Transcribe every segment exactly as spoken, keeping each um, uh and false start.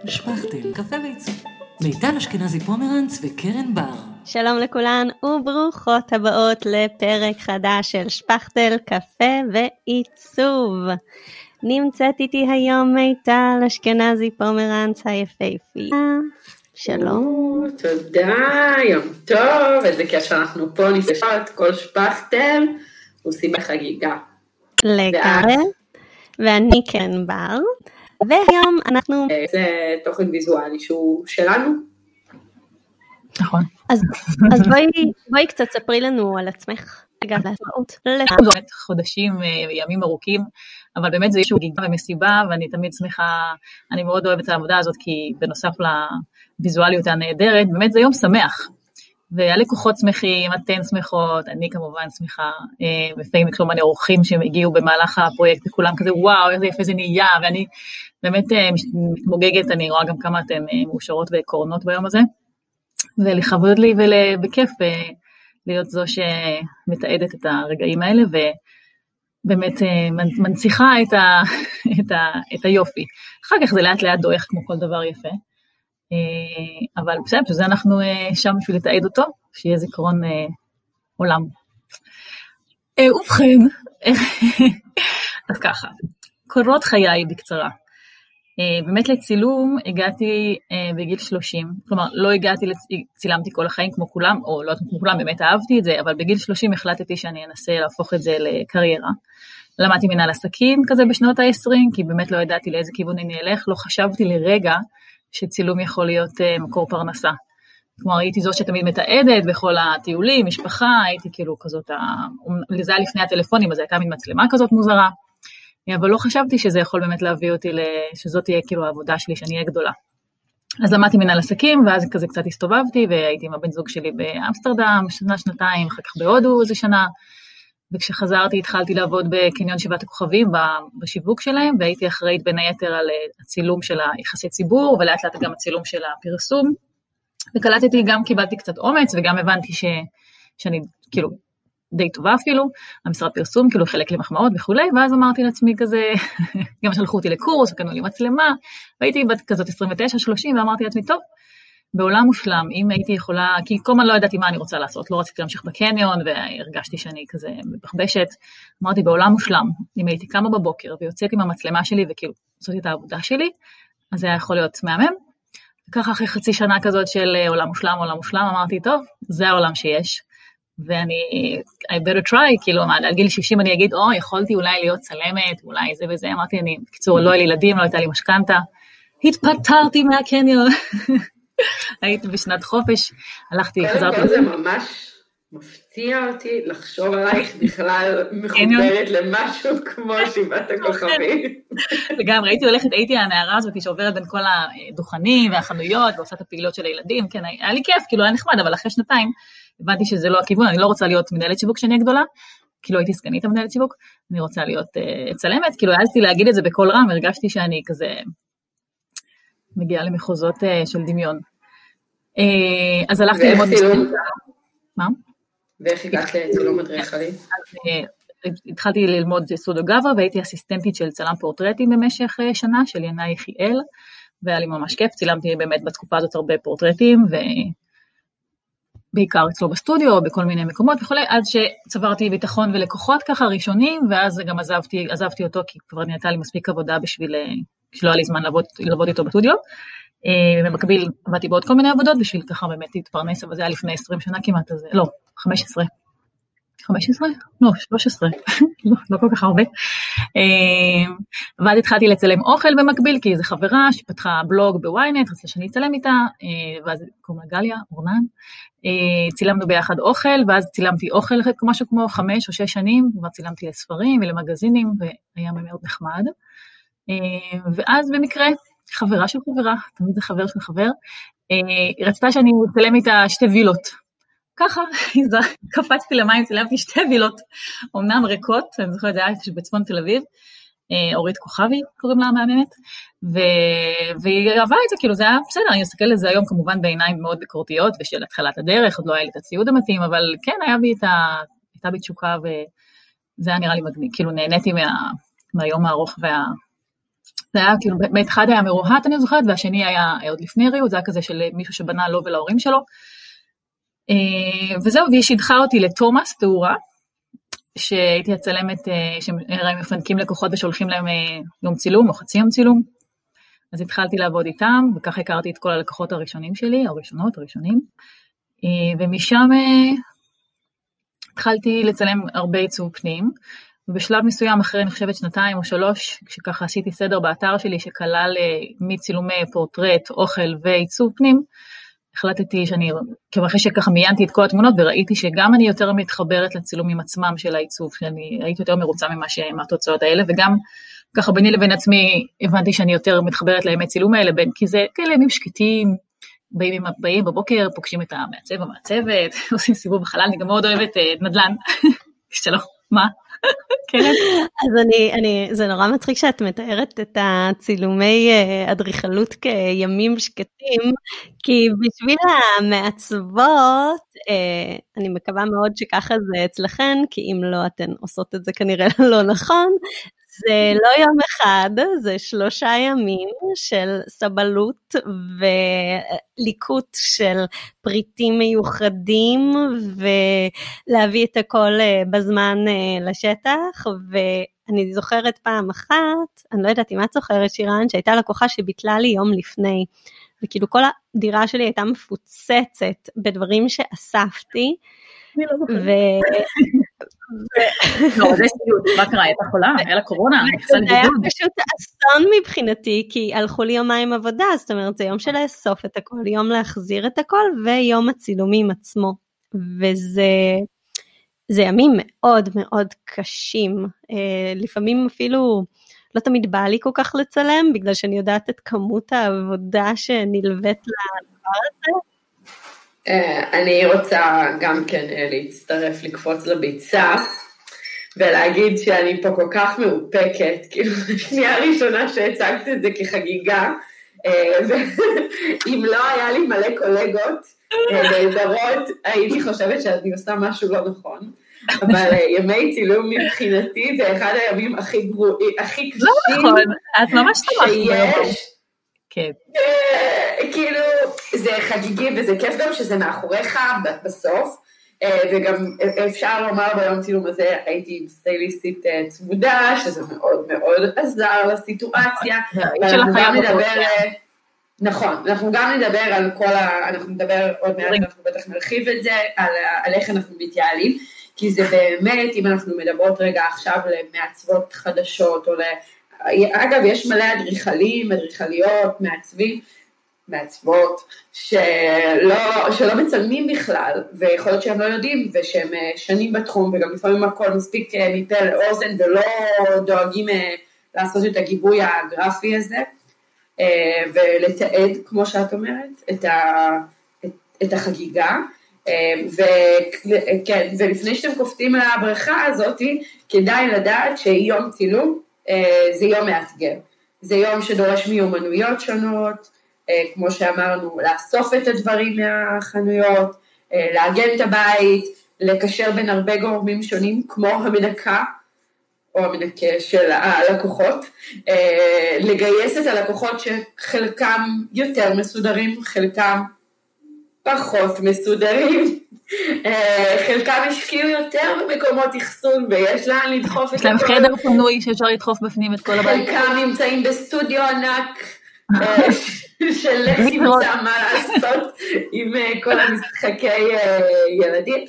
שפכטל, קפה ועיצוב. מיטל אשכנזי פומרנץ וקרן בר. שלום לכולן וברוכות הבאות לפרק חדש של שפכטל, קפה ועיצוב. נמצאת איתי היום מיטל אשכנזי פומרנץ היפהפייה. שלום. תודה, יום טוב, איזה כיף שאנחנו פה נפגשות, כל שפכטל, עושים בחגיגה. לגמרי, ואני קרן בר, והיום אנחנו... זה תוכן ויזואלי שהוא שלנו. נכון. אז, אז בואי, בואי קצת ספרי לנו על עצמך. רגע, לעצמאות. זאת חודשים וימים ארוכים, אבל באמת זה איזשהו גיגה ומסיבה, ואני תמיד שמחה, אני מאוד אוהבת את העבודה הזאת, כי בנוסף לוויזואליות הנהדרת, באמת זה יום שמח. והלקוחות שמחים, אתן שמחות, אני כמובן שמחה, לפעמים כל מיני אורחים שהם הגיעו במהלך הפרויקט, וכולם כזה וואו, איזה יפה זה נהיה, ואני באמת מתמוגגת, אני רואה גם כמה אתן מאושרות וקורנות ביום הזה, ולכבוד לי ובכיף להיות זו שמתעדת את הרגעים האלה, ובאמת מנציחה את, ה, את, ה, את היופי. אחר כך זה לאט לאט דורך כמו כל דבר יפה, אבל בסדר, שזה אנחנו שם בשביל לתעד אותו, שיהיה זיכרון עולם. ובכן, אז ככה, קורות חיי בקצרה. באמת לצילום הגעתי בגיל שלושים, כלומר לא הגעתי, צילמתי כל החיים כמו כולם, או לא כמו כולם, באמת אהבתי את זה, אבל בגיל שלושים החלטתי שאני אנסה להפוך את זה לקריירה. למדתי מנהל עסקים כזה בשנות ה-עשרים, כי באמת לא ידעתי לאיזה כיוון אני אלך, לא חשבתי לרגע שצילום יכול להיות מקור פרנסה. כלומר הייתי זו שתמיד מתעדת בכל הטיולים, משפחה, הייתי כאילו כזאת, זה היה לפני הטלפונים, אז הייתה מין מצלמה כזאת מוזרה, אבל לא חשבתי שזה יכול באמת להביא אותי, שזאת תהיה כאילו העבודה שלי, שאני אהיה גדולה. אז למדתי מנהל עסקים, ואז כזה קצת הסתובבתי, והייתי עם הבן זוג שלי באמסטרדם, שנה, שנתיים, אחר כך בהודו איזה שנה, וכשחזרתי התחלתי לעבוד בקניון שבעת הכוכבים, בשיווק שלהם, והייתי אחראית בין היתר על הצילום של היחסי ציבור, ולאט לאט גם הצילום של הפרסום, וקלטתי גם, קיבלתי קצת אומץ, וגם הבנתי ש, שאני כאילו, די טובה אפילו, המשרד פרסום, כאילו חלק למחמאות וכו', ואז אמרתי לעצמי כזה, גם שלחו אותי לקורס, וקנו לי מצלמה, והייתי בת כזאת עשרים ותשע שלושים, ואמרתי לעצמי, טוב, בעולם מושלם, אם הייתי יכולה, כי כל מה לא ידעתי מה אני רוצה לעשות, לא רציתי להמשיך בקניון, והרגשתי שאני כזה מבחבשת, אמרתי, בעולם מושלם, אם הייתי קמה בבוקר, ויוצאת עם המצלמה שלי, וכאילו, זאת את העבודה שלי, אז זה היה יכול להיות מהמם, וככה אחרי חצי שנה כזאת של עולם מושלם, עולם מושלם, אמרתי, טוב, זה העולם שיש, ואני, I better try, כאילו, על גיל שישים אני אגיד, או, יכולתי אולי להיות צלמת, אולי זה וזה, אמרתי, אני, בקיצור, לא היה לי ילדים, לא הייתה לי משכנתה, התפטרתי מהקניון, הייתי בשנת חופש, הלכתי, חזרתי. זה ממש מפתיע אותי לחשוב עלייך בכלל מחוברת למשהו כמו שבעת הכוכבים. וגם ראיתי הולכת, הייתי הנערה הזאת שעוברת בין כל הדוכנים והחנויות, ועושה את הפעילות של הילדים, כן, היה לי כיף, כאילו היה נחמד, אבל אחרי שנתיים, הבנתי שזה לא הכיוון, אני לא רוצה להיות מנהלת שיווק שאני גדולה, כאילו הייתי סגנית המנהלת שיווק, אני רוצה להיות צלמת, כאילו העזתי להגיד את זה בכל רם, הרגשתי שאני כזה מגיעה למחוזות של דמיון. אז הלכתי ללמוד צילום. מה? ואיך הגעת לצילום אדריכלי? התחלתי ללמוד סודו גברה, והייתי אסיסטנטית של צלם פורטרטים במשך שנה, של ינאי יחיאל, והיה לי ממש כיף, צילמתי באמת בתקופה הזאת הרבה פורטרטים, ובעיקר אצלו בסטודיו, בכל מיני מקומות וכו', עד שצברתי ביטחון ולקוחות ככה ראשונים, ואז גם עזבתי, עזבתי אותו, כי כבר נהייתה לי מספיק עבודה בשביל, שלא היה לי זמן לעבוד, לעבוד איתו בסטודיו, במקביל עבדתי בעוד כל מיני עבודות, בשביל ככה באמת להתפרנס, אבל זה היה לפני עשרים שנה כמעט, אז לא, חמש עשרה. חמש עשרה? לא, שלוש עשרה. לא, לא כל כך הרבה. ואז התחלתי לצלם אוכל במקביל, כי זו חברה שפתחה בלוג בוויינט, רצה שאני אצלם איתה, ואז קוראים לה גליה, אורנן. צילמנו ביחד אוכל, ואז צילמתי אוכל משהו כמו חמש או שש שנים, ואז צילמתי לספרים ולמגזינים, והיה מאוד נחמד. ואז במקרה, חברה של חברה, תמיד זה חבר של חבר, היא רצתה שאני אצלם איתה שתי וילות. ככה, קפצתי למים, צילמתי שתי וילות, אמנם ריקות, אני זוכרת, זה היה בצפון תל אביב, אורית כוכבי, קוראים לה המאמנת, והיא אהבה את זה, כאילו זה היה בסדר, אני אסתכל לזה היום כמובן בעיניים מאוד ביקורתיות, ושל התחלת הדרך, עוד לא היה לי את הציוד המתאים, אבל כן, היה בי את ה... הייתה בי תשוקה, וזה היה נראה לי מגניב, כאילו נהניתי מהיום הארוך וה... זה היה כאילו, באמת אחד היה מרוהט, אני זוכרת, והשני היה עוד לפני ריהוט, זה היה כזה של מישהו שבנה לו ולהורים שלו. וזהו, והיא שידחה אותי לתומאס תאורה, שהייתי הצלמת, שהם מפנקים לקוחות ושולחים להם יום צילום או חצי יום צילום. אז התחלתי לעבוד איתם, וכך הכרתי את כל הלקוחות הראשונים שלי, הראשונות, הראשונים. ומשם התחלתי לצלם הרבה עיצוב פנים, ובשלב מסוים אחרי, אני חושבת, שנתיים או שלוש, כשככה עשיתי סדר באתר שלי, שכלל מצילומי פורטרט, אוכל ועיצוב פנים, החלטתי שאני, כמו אחרי שככה מיינתי את כל התמונות, וראיתי שגם אני יותר מתחברת לצילומים עצמם של העיצוב, שאני הייתי יותר מרוצה ממה מהתוצאות האלה, וגם ככה ביני לבין עצמי, הבנתי שאני יותר מתחברת לימי צילום האלה, בין כי זה כאלה ימים שקטים, באים, באים בבוקר, פוגשים את המעצב המעצבת, עושים סיבוב בחלל, אני גם מאוד אוהבת נדל"ן, שלא, מה? כן. אז אני, אני, זה נורא מצחיק שאת מתארת את הצילומי אדריכלות כימים שקטים, כי בשביל המעצבות, אני מקווה מאוד שככה זה אצלכן, כי אם לא אתן עושות את זה כנראה לא נכון, זה לא יום אחד, זה שלושה ימים של סבלות וליקוט של פריטים מיוחדים, ולהביא את הכל בזמן לשטח, ואני זוכרת פעם אחת, אני לא יודעת אם את זוכרת שירן, שהייתה לקוחה שביטלה לי יום לפני, וכאילו כל הדירה שלי הייתה מפוצצת בדברים שאספתי, אני לא זוכרת. לא, זה סיוט, מה קרה? הייתה חולה? היה לה קורונה? זה היה פשוט אסון מבחינתי, כי הלכו לי יומיים עבודה, זאת אומרת, זה יום של לאסוף את הכל, יום להחזיר את הכל, ויום הצילומים עצמו. וזה זה ימים מאוד מאוד קשים. לפעמים אפילו לא תמיד בא לי כל כך לצלם, בגלל שאני יודעת את כמות העבודה שנלווית לדבר הזה. אני רוצה גם כן להצטרף, לקפוץ לביצה, ולהגיד שאני פה כל כך מאופקת, כאילו, שנייה ראשונה שהצגת את זה כחגיגה, ואם לא היה לי מלא קולגות נהדרות, הייתי חושבת שאני עושה משהו לא נכון, אבל ימי צילום מבחינתי זה אחד הימים הכי גרועים, הכי קשים, לא נכון, את ממש שיש, כן. כאילו, זה חגיגי וזה כיף גם שזה מאחוריך בסוף, וגם אפשר לומר ביום צילום הזה הייתי סטייליסטית צמודה, שזה מאוד מאוד עזר לסיטואציה, ואנחנו גם נדבר, נכון, אנחנו גם נדבר על כל ה... אנחנו נדבר עוד מעט, אנחנו בטח נרחיב את זה, על איך אנחנו מתייעלים, כי זה באמת, אם אנחנו מדברות רגע עכשיו למעצבות חדשות, או ל... אגב, יש מלא אדריכלים, אדריכליות, מעצבים, מעצבות, שלא, שלא מצלמים בכלל, ויכול להיות שהם לא יודעים, ושהם שנים בתחום, וגם לפעמים הכל מספיק מפה לאוזן, ולא דואגים לעשות את הגיבוי הגרפי הזה, ולתעד, כמו שאת אומרת, את, ה, את, את החגיגה, וכן, ולפני שאתם קופצים לבריכה הזאת, כדאי לדעת שיום צילום, זה יום מאתגר, זה יום שדורש מיומנויות שונות, כמו שאמרנו, לאסוף את הדברים מהחנויות, לארגן את הבית, לקשר בין הרבה גורמים שונים, כמו המנקה, או המנקה של הלקוחות, לגייס את הלקוחות שחלקם יותר מסודרים, חלקם פחות מסודרים, חלקם השקיעו יותר במקומות אחסון, ויש להם לדחוף את הכל. יש להם חדר פנוי שאפשר לדחוף בפנים את כל הבית. חלקם נמצאים בסטודיו ענק, של לך תמצא מה לעשות עם כל המשחקי ילדים,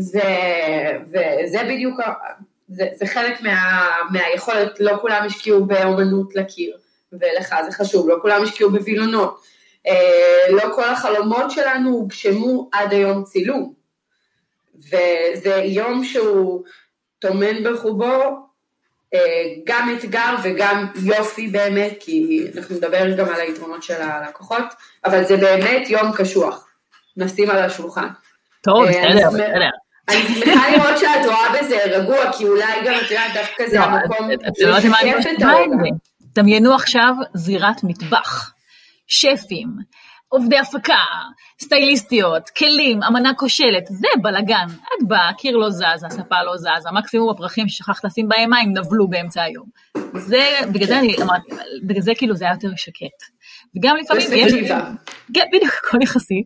וזה בדיוק, זה חלק מהיכולת, לא כולם השקיעו באומנות לקיר, ולך זה חשוב, לא כולם השקיעו בווילונות, לא כל החלומות שלנו הוגשמו עד היום צילום, וזה יום שהוא תומן בחובו, גם אתגר וגם יופי באמת, כי אנחנו נדבר גם על היתרונות של הלקוחות, אבל זה באמת יום קשוח, נשים על השולחן. טוב, בסדר, בסדר. אני שמחה לראות שאת רואה בזה רגוע, כי אולי גם את יודעת דווקא זה המקום לשקף את הרגע. דמיינו עכשיו זירת מטבח, שפים, עובדי הפקה, סטייליסטיות, כלים, אמנה כושלת, זה בלגן. את באה, קיר לא זז, הספה לא זז, המקסימום הפרחים ששכחת לשים בהם מים נבלו באמצע היום. זה, בגלל זה אני אמרתי, בגלל זה כאילו זה היה יותר שקט. וגם לפעמים יש... כן, בדיוק, הכל יחסי.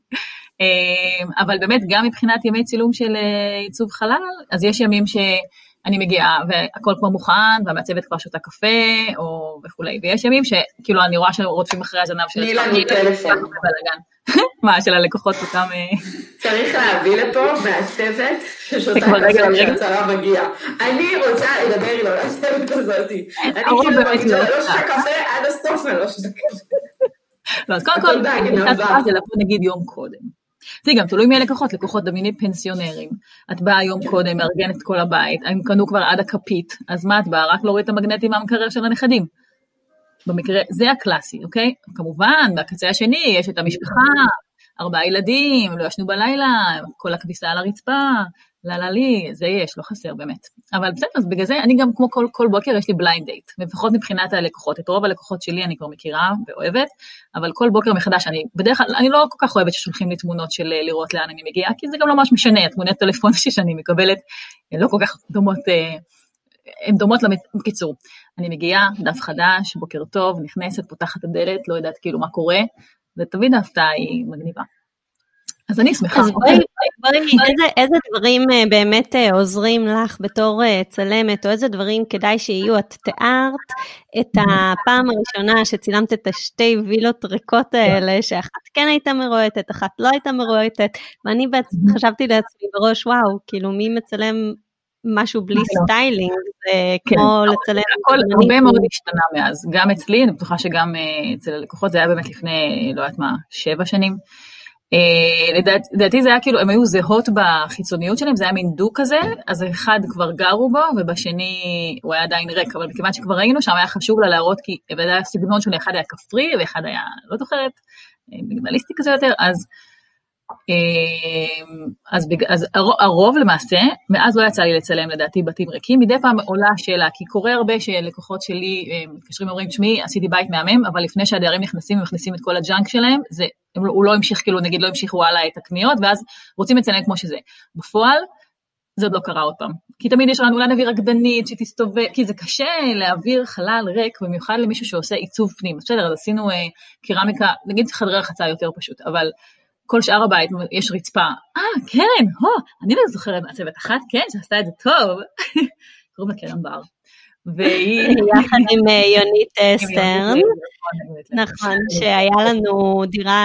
אבל באמת גם מבחינת ימי צילום של עיצוב חלל, אז יש ימים שאני מגיעה והכל כבר מוכן, והמעצבת כבר שותה קפה, או וכולי. ויש ימים שכאילו אני רואה שרודפים אחרי הזנב של... תני לנו טלפון. מה, של הלקוחות אותם... צריך להביא לפה מעצבת ששותה קפה שהצרה מגיעה. אני רוצה לדבר עם המעצבת הזאת. אני כאילו לא שותה קפה עד הסוף ולא שותה קפה. לא, אז קודם כל, זה לבוא נגיד יום קודם. זה גם תלוי מי הלקוחות, לקוחות דמיני פנסיונרים. את באה יום קודם, מארגנת את כל הבית, הם קנו כבר עד הכפית, אז מה את באה? רק להוריד את המגנטים מהמקרר של הנכדים. במקרה, זה הקלאסי, אוקיי? כמובן, בקצה השני יש את המשפחה, ארבעה ילדים, לא ישנו בלילה, כל הכביסה על הרצפה, לא, לא, לי, זה יש, לא חסר באמת. אבל בסדר, אז בגלל זה, אני גם כמו כל, כל בוקר יש לי בליינד דייט, לפחות מבחינת הלקוחות. את רוב הלקוחות שלי אני כבר מכירה ואוהבת, אבל כל בוקר מחדש, אני בדרך כלל, אני לא כל כך אוהבת ששולחים לי תמונות של לראות לאן אני מגיעה, כי זה גם לא ממש משנה, התמונות טלפון שאני מקבלת, לא כל כך דומות, הן דומות בקיצור. אני מגיעה, דף חדש, בוקר טוב, נכנסת, פותחת הדלת, לא יודעת כאילו מה קורה, ותמיד ההפתעה היא מגניבה. אז אני שמחה. אז בואי, בואי, איזה, איזה דברים באמת עוזרים לך בתור צלמת, או איזה דברים כדאי שיהיו? את תיארת את הפעם הראשונה שצילמת את השתי וילות ריקות האלה, שאחת כן הייתה מרועטת, אחת לא הייתה מרועטת, ואני חשבתי לעצמי בראש, וואו, כאילו מי מצלם משהו בלי סטיילינג, זה כמו לצלם... הכל הרבה מאוד השתנה מאז, גם אצלי, אני בטוחה שגם אצל הלקוחות, זה היה באמת לפני, לא יודעת מה, שבע שנים, לדעתי זה היה כאילו, הם היו זהות בחיצוניות שלהם, זה היה מין דו כזה, אז אחד כבר גרו בו, ובשני הוא היה עדיין ריק, אבל בכמעט שכבר ראינו שם היה חשוב לה להראות, כי היה סגנון שונה, אחד היה כפרי, ואחד היה לא זוכרת, מינימליסטי כזה יותר, אז אז, אז הרוב למעשה, מאז לא יצא לי לצלם לדעתי בתים ריקים, מדי פעם עולה השאלה, כי קורה הרבה שלקוחות שלי מתקשרים ואומרים, תשמעי, עשיתי בית מהמם, אבל לפני שהדיירים נכנסים, הם מכניסים את כל הג'אנק שלהם, זה, הוא לא המשיך, כאילו נגיד לא המשיך וואלה את הקניות, ואז רוצים לצלם כמו שזה. בפועל, זה עוד לא קרה עוד פעם. כי תמיד יש לנו אולי נביא רקדנית שתסתובב, כי זה קשה להעביר חלל ריק, במיוחד למישהו שעושה עיצוב פנים. בסדר, אז עשינו אה, קרמיקה, נגיד חדרי רחצה יותר פשוט, אבל כל שאר הבית יש רצפה. אה, קרן, הו, אני לא זוכרת מעצבת אחת, כן, שעשתה את זה טוב. קוראים לה קרן בר. והיא... יחד עם יונית סטרן. נכון, שהיה לנו דירה,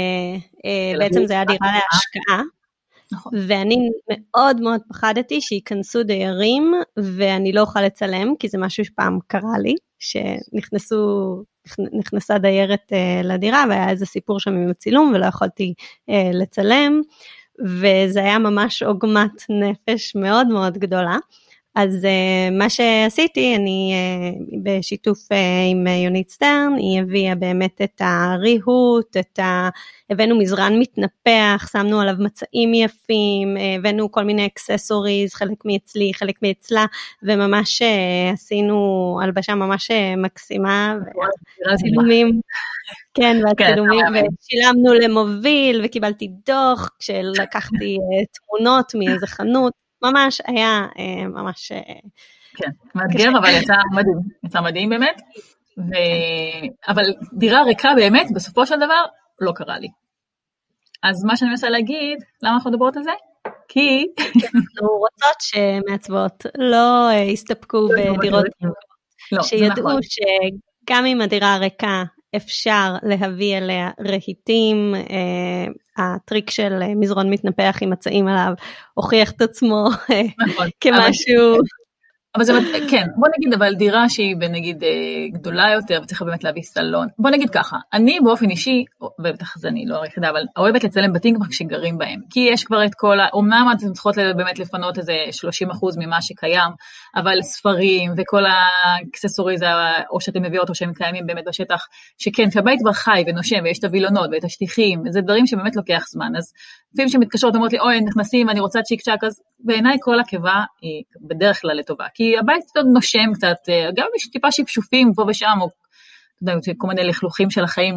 בעצם זה היה דירה להשקעה. ואני מאוד מאוד פחדתי שיכנסו דיירים, ואני לא אוכל לצלם, כי זה משהו שפעם קרה לי, שנכנסו... נכנסה דיירת uh, לדירה, והיה איזה סיפור שם עם הצילום, ולא יכולתי uh, לצלם, וזה היה ממש עוגמת נפש מאוד מאוד גדולה. אז uh, מה שעשיתי, אני uh, בשיתוף uh, עם יונית סטרן, היא הביאה באמת את הריהוט, את ה... הבאנו מזרן מתנפח, שמנו עליו מצעים יפים, הבאנו כל מיני אקססוריז, חלק מאצלי, חלק מאצלה, וממש uh, עשינו הלבשה ממש מקסימה, והצילומים, כן, והצילומים, ושילמנו למוביל, וקיבלתי דוח, כשלקחתי uh, תמונות מאיזה חנות, ממש היה ממש... כן, מאתגר, אבל יצא מדהים, יצא מדהים באמת, ו... אבל דירה ריקה באמת, בסופו של דבר, לא קרה לי. אז מה שאני מנסה להגיד, למה אנחנו מדברות על זה? כי... אנחנו רוצות שמעצבות לא הסתפקו בדירות, שידעו שגם אם הדירה ריקה, אפשר להביא אליה רהיטים, הטריק של מזרון מתנפח עם מצעים עליו, הוכיח את עצמו כמשהו. אבל זה, כן, בוא נגיד, אבל דירה שהיא נגיד גדולה יותר, וצריכה באמת להביא סלון, בוא נגיד ככה, אני באופן אישי, ובטח זה אני לא היחידה, אבל אוהבת לצלם בתים כבר כשגרים בהם, כי יש כבר את כל, אומנם אתם צריכות באמת לפנות איזה שלושים אחוז ממה שקיים, אבל ספרים וכל האקססוריז, או שאתם מביא אותו שהם קיימים באמת בשטח, שכן, שהבית כבר חי ונושם, ויש את הווילונות ואת השטיחים, זה דברים שבאמת לוקח זמן, אז לפעמים שמתקשרות, אומרות לי, אוי, נכנסים, אני רוצה צ'יק צ'ק, אז בעיניי כל עקבה היא בדרך כלל לטובה, כי הבית קצת נושם קצת, גם יש טיפה שפשופים פה ושם, או כל מיני לכלוכים של החיים,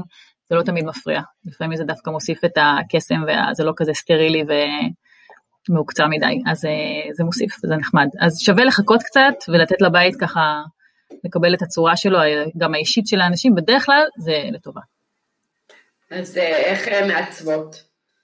זה לא תמיד מפריע, לפעמים זה דווקא מוסיף את הקסם, וזה לא כזה סטרילי ומעוקצה מדי, אז זה מוסיף, זה נחמד. אז שווה לחכות קצת, ולתת לבית ככה, לקבל את הצורה שלו, גם האישית של האנשים, בדרך כלל זה לטובה. אז איך מעצבות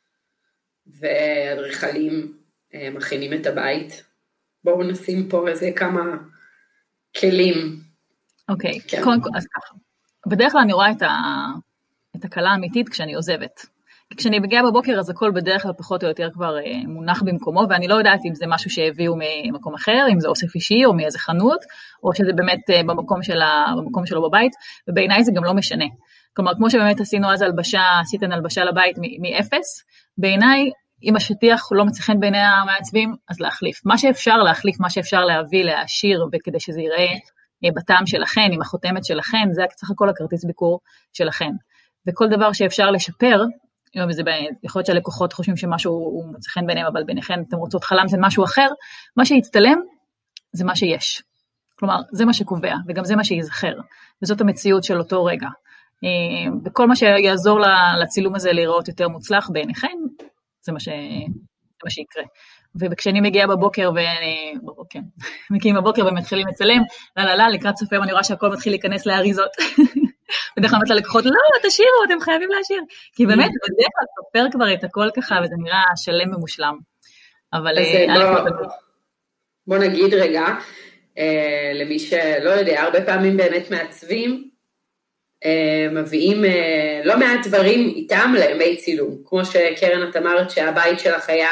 ואדריכלים מכינים את הבית? בואו נשים פה איזה כמה כלים. אוקיי, okay. קודם כל, אז ככה. בדרך כלל אני רואה את, ה... את הקלה האמיתית כשאני עוזבת. כשאני מגיעה בבוקר, אז הכל בדרך כלל פחות או יותר כבר מונח במקומו, ואני לא יודעת אם זה משהו שהביאו ממקום אחר, אם זה אוסף אישי או מאיזה חנות, או שזה באמת במקום, שלה, במקום שלו בבית, ובעיניי זה גם לא משנה. כלומר, כמו שבאמת עשינו אז הלבשה, עשיתן הלבשה לבית מאפס, בעיניי, אם השטיח לא מצליחן בעיני המעצבים, אז להחליף. מה שאפשר להחליף, מה שאפשר להביא, להשאיר, וכדי שזה ייראה בטעם שלכן, עם החותמת שלכן, זה צריך הכל הכרטיס ביקור שלכן. וכל דבר שאפשר לשפר, זה יכול להיות שהלקוחות חושבים שמשהו הוא מצליחן ביניהם, אבל ביניכן אתם רוצות חלמתן משהו אחר, מה שיצטלם זה מה שיש. כלומר, זה מה שקובע, וגם זה מה שיזכר. וזאת המציאות של אותו רגע. וכל מה שיעזור לצילום הזה להיראות יותר מוצלח בעיניכן, זה מה, ש... זה מה שיקרה. וכשאני מגיעה בבוקר, ואני, בבוקר, מגיעים בבוקר ומתחילים לצלם, לא, לא, לא, לקראת סוף היום אני רואה שהכל מתחיל להיכנס לאריזות. בדרך כלל אמרת ללקוחות, לא, תשאירו, אתם חייבים להשאיר. כי באמת, בדרך כלל סופר כבר את הכל ככה, וזה נראה שלם ומושלם. אבל... בוא, בוא נגיד רגע, למי שלא יודע, הרבה פעמים באמת מעצבים, מביאים לא מעט דברים איתם לימי צילום, כמו שקרן את אמרת שהבית שלך היה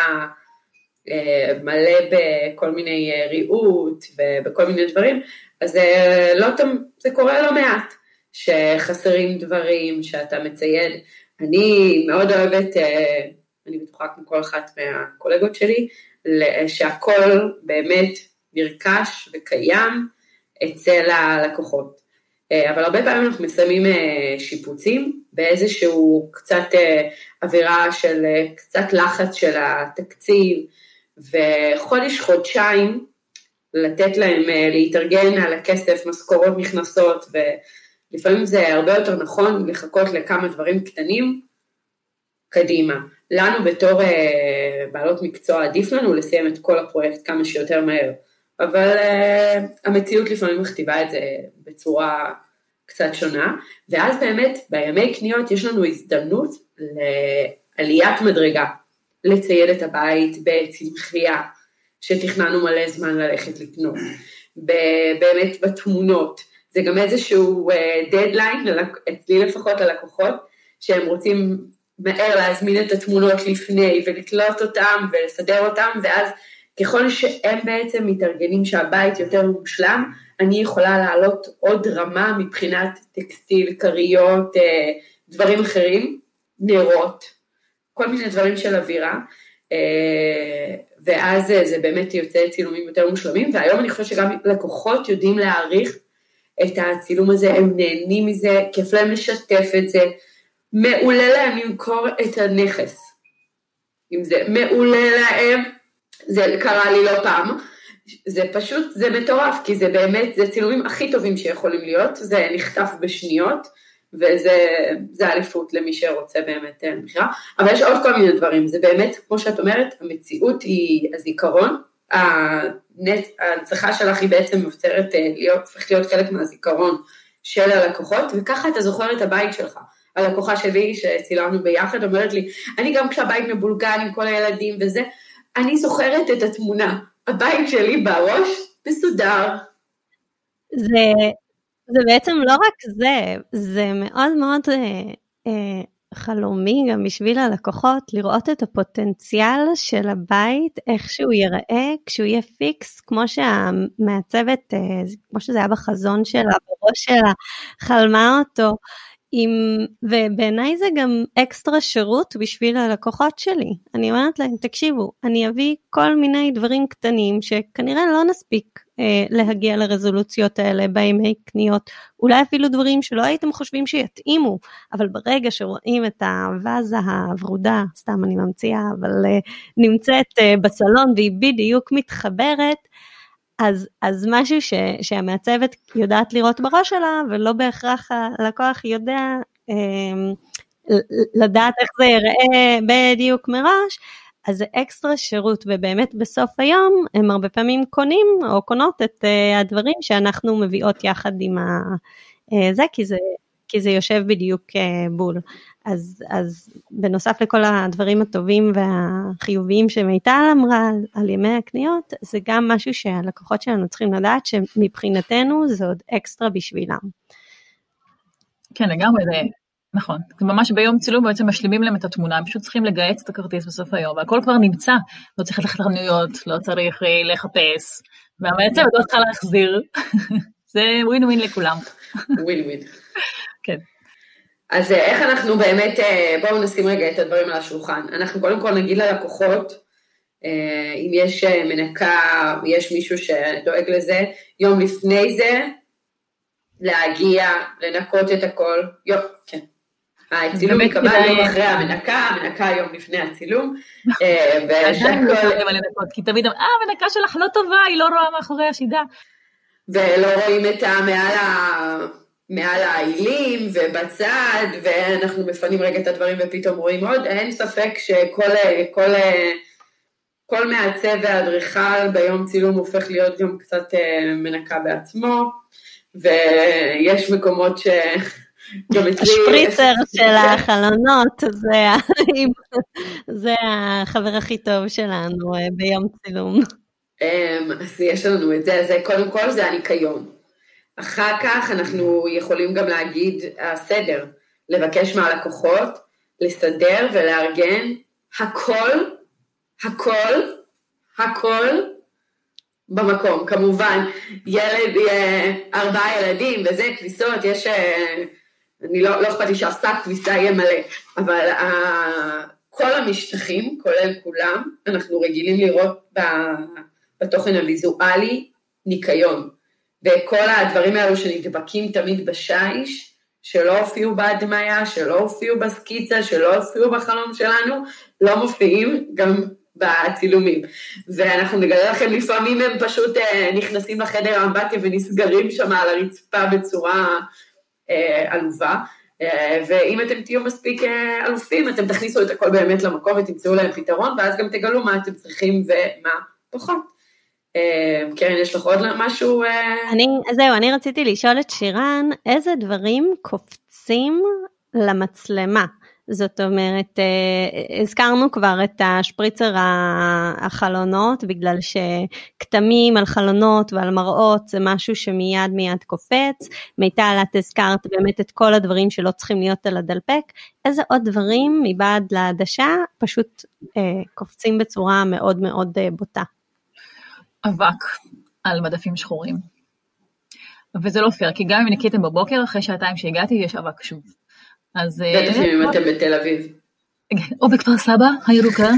מלא בכל מיני ריהוט ובכל מיני דברים, אז לא, זה קורה לא מעט, שחסרים דברים שאתה מצייד. אני מאוד אוהבת, אני בטוחה כמו כל אחת מהקולגות שלי, שהכל באמת נרכש וקיים אצל הלקוחות. אבל הרבה פעמים אנחנו מסיימים שיפוצים, באיזשהו קצת אווירה של קצת לחץ של התקציב, וחודש, חודשיים, לתת להם להתארגן על הכסף, משכורות נכנסות, ולפעמים זה הרבה יותר נכון לחכות לכמה דברים קטנים קדימה. לנו בתור בעלות מקצוע עדיף לנו לסיים את כל הפרויקט כמה שיותר מהר, אבל uh, המציאות לפעמים מכתיבה את זה בצורה קצת שונה, ואז באמת בימי קניות יש לנו הזדמנות לעליית מדרגה, לצייד את הבית בצמחייה, שתכננו מלא זמן ללכת לקנות, באמת בתמונות, זה גם איזשהו דדליין, אצלי לפחות ללקוחות, שהם רוצים מהר להזמין את התמונות לפני, ולקלוט אותם ולסדר אותם, ואז ככל שהם בעצם מתארגנים שהבית יותר מושלם, אני יכולה לעלות עוד רמה מבחינת טקסטיל, קריות, דברים אחרים, נרות, כל מיני דברים של אווירה, ואז זה באמת יוצא צילומים יותר מושלמים, והיום אני חושבת שגם לקוחות יודעים להעריך את הצילום הזה, הם נהנים מזה, כיף להם לשתף את זה, מעולה להם למכור את הנכס, אם זה מעולה להם, זה קרה לי לא פעם, זה פשוט, זה מטורף, כי זה באמת, זה צילומים הכי טובים שיכולים להיות, זה נכתף בשניות, וזה אליפות למי שרוצה באמת מכירה, אבל יש עוד כל מיני דברים, זה באמת, כמו שאת אומרת, המציאות היא הזיכרון, ההנצחה שלך היא בעצם מבצרת להיות, צריך להיות חלק מהזיכרון של הלקוחות, וככה אתה זוכר את הבית שלך. הלקוחה שלי שצילמנו ביחד אומרת לי, אני גם כשהבית מבולגן עם כל הילדים וזה, אני זוכרת את התמונה, הבית שלי בראש מסודר. זה, זה בעצם לא רק זה, זה מאוד מאוד אה, אה, חלומי גם בשביל הלקוחות, לראות את הפוטנציאל של הבית, איך שהוא ייראה, כשהוא יהיה פיקס, כמו שהמעצבת, אה, כמו שזה היה בחזון שלה, בראש שלה, חלמה אותו, עם, ובעיניי זה גם אקסטרה שירות בשביל הלקוחות שלי. אני אומרת להם, תקשיבו, אני אביא כל מיני דברים קטנים שכנראה לא נספיק אה, להגיע לרזולוציות האלה בימי קניות, אולי אפילו דברים שלא הייתם חושבים שיתאימו, אבל ברגע שרואים את הוואזה הוורודה, סתם אני ממציאה, אבל אה, נמצאת אה, בסלון והיא בדיוק מתחברת, אז, אז משהו ש, שהמעצבת יודעת לראות בראש שלה, ולא בהכרח הלקוח יודע אה, לדעת איך זה יראה בדיוק מראש, אז זה אקסטרה שירות, ובאמת בסוף היום הם הרבה פעמים קונים או קונות את uh, הדברים שאנחנו מביאות יחד עם ה, uh, זה, כי זה, כי זה יושב בדיוק uh, בול. אז, אז בנוסף לכל הדברים הטובים והחיוביים שמיטל אמרה על, על ימי הקניות, זה גם משהו שהלקוחות שלנו צריכים לדעת שמבחינתנו זה עוד אקסטרה בשבילם. כן, לגמרי זה... נכון, ממש ביום צילום בעצם משלימים להם את התמונה, הם פשוט צריכים לגייץ את הכרטיס בסוף היום, והכל כבר נמצא, לא צריך ללכת לחנויות, לא צריך לחפש, והמעצב לא צריכה להחזיר, זה ווין ווין לכולם. ווין ווין. כן. אז איך אנחנו באמת, בואו נשים רגע את הדברים על השולחן, אנחנו קודם כל נגיד ללקוחות, אם יש מנקה, יש מישהו שדואג לזה, יום לפני זה, להגיע, לנקות את הכל, יום, כן. הצילום יקבע יום אחרי המנקה, המנקה יום לפני הצילום, כי תמיד, אה, המנקה שלך לא טובה, היא לא רואה מאחורי השידה. ולא רואים את מעל העילים ובצד, ואנחנו מפנים רגע את הדברים ופתאום רואים עוד, אין ספק שכל מעצב והאדריכל ביום צילום הופך להיות גם קצת מנקה בעצמו, ויש מקומות ש... השפריצר של החלונות, זה החבר הכי טוב שלנו ביום צילום. אז יש לנו את זה, אז קודם כל זה הניקיון. אחר כך אנחנו יכולים גם להגיד הסדר, לבקש מהלקוחות, לסדר ולארגן הכל, הכל, הכל, במקום, כמובן, ילד, ארבעה ילדים וזה, כביסות, יש, אני לא, לא אכפת לי שהשק כביסה יהיה מלא, אבל כל המשטחים, כולל כולם, אנחנו רגילים לראות בתוכן הוויזואלי ניקיון, וכל הדברים האלו שנדבקים תמיד בשיש, שלא הופיעו בהדמיה, שלא הופיעו בסקיצה, שלא הופיעו בחלום שלנו, לא מופיעים גם בצילומים, ואנחנו נגלה לכם לפעמים הם פשוט אה, נכנסים לחדר האמבטיה ונסגרים שם על הרצפה בצורה אה, עלובה, אה, ואם אתם תהיו מספיק אה, אלופים, אתם תכניסו את הכל באמת למקום ותמצאו להם פתרון, ואז גם תגלו מה אתם צריכים ומה פחות. אה, קרן, יש לך עוד משהו? אה... אני, זהו, אני רציתי לשאול את שירן, איזה דברים קופצים למצלמה? זאת אומרת, הזכרנו כבר את השפריצר החלונות, בגלל שכתמים על חלונות ועל מראות, זה משהו שמיד מיד קופץ, מיטל, את הזכרת באמת את כל הדברים שלא צריכים להיות על הדלפק, איזה עוד דברים מבעד לעדשה, פשוט אה, קופצים בצורה מאוד מאוד אה, בוטה. אבק על מדפים שחורים, וזה לא פייר, כי גם אם ניקיתם בבוקר, אחרי שעתיים שהגעתי, יש אבק שוב. אז... בטח אם אתם בתל אביב. או בכפר סבא, הירוקה.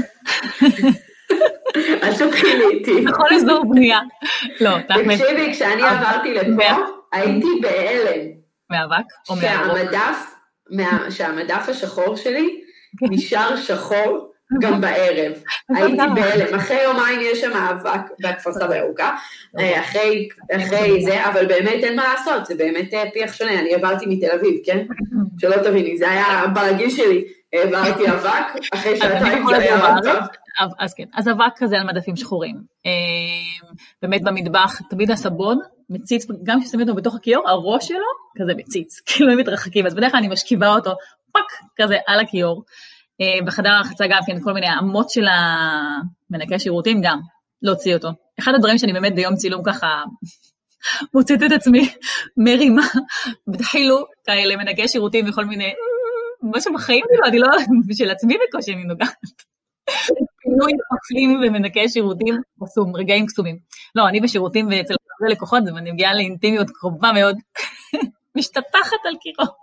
אז תתחילי איתי. בכל אזור בנייה. לא, תקשיבי, כשאני עברתי לפה, הייתי בהלם. מאבק? או מהירוק? שהמדף השחור שלי נשאר שחור גם בערב. הייתי בהלם. אחרי יומיים יש שם מאבק בכפר סבא הירוקה. אחרי זה, אבל באמת אין מה לעשות, זה באמת פיח שונה, אני עברתי מתל אביב, כן? שלא תביני, זה היה ברגיל שלי, עברתי אבק, אחרי שעתיים זה היה אבק. אז כן, אז אבק כזה על מדפים שחורים. באמת במטבח, תמיד הסבון, מציץ, גם כששמים אותו בתוך הכיור, הראש שלו כזה מציץ, כאילו הם מתרחקים, אז בדרך כלל אני משכיבה אותו, פק, כזה על הכיור. בחדר הרחצה גם כן, כל מיני אמות של המנקי שירותים גם, להוציא אותו. אחד הדברים שאני באמת ביום צילום ככה מוצאת את עצמי מרימה, בתחילו כאלה מנקי שירותים וכל מיני, משהו בחיים שלו, אני לא, בשביל עצמי בקושי אני נוגעת. פינוי חפלים ומנקי שירותים, קסום, רגעים קסומים. לא, אני בשירותים ואצל הרבה לקוחות, ואני מגיעה לאינטימיות קרובה מאוד, משתתחת על קירות.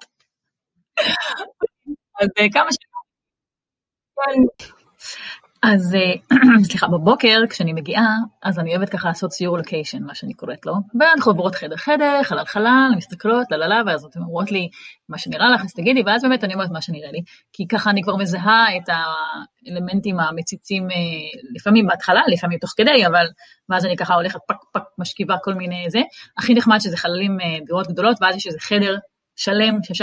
אז כמה ש... אז סליחה, בבוקר כשאני מגיעה, אז אני אוהבת ככה לעשות סיור לוקיישן, מה שאני קוראת לו, ואנחנו עוברות חדר חדר, חלל חלל, מסתכלות, לללה, ואז אתם אומרות לי מה שנראה לך, אז תגידי, ואז באמת אני אומרת מה שנראה לי, כי ככה אני כבר מזהה את האלמנטים המציצים, לפעמים בהתחלה, לפעמים תוך כדי, אבל ואז אני ככה הולכת פק פק משכיבה כל מיני זה, הכי נחמד שזה חללים דירות גדולות, ואז יש איזה חדר שלם, שאפשר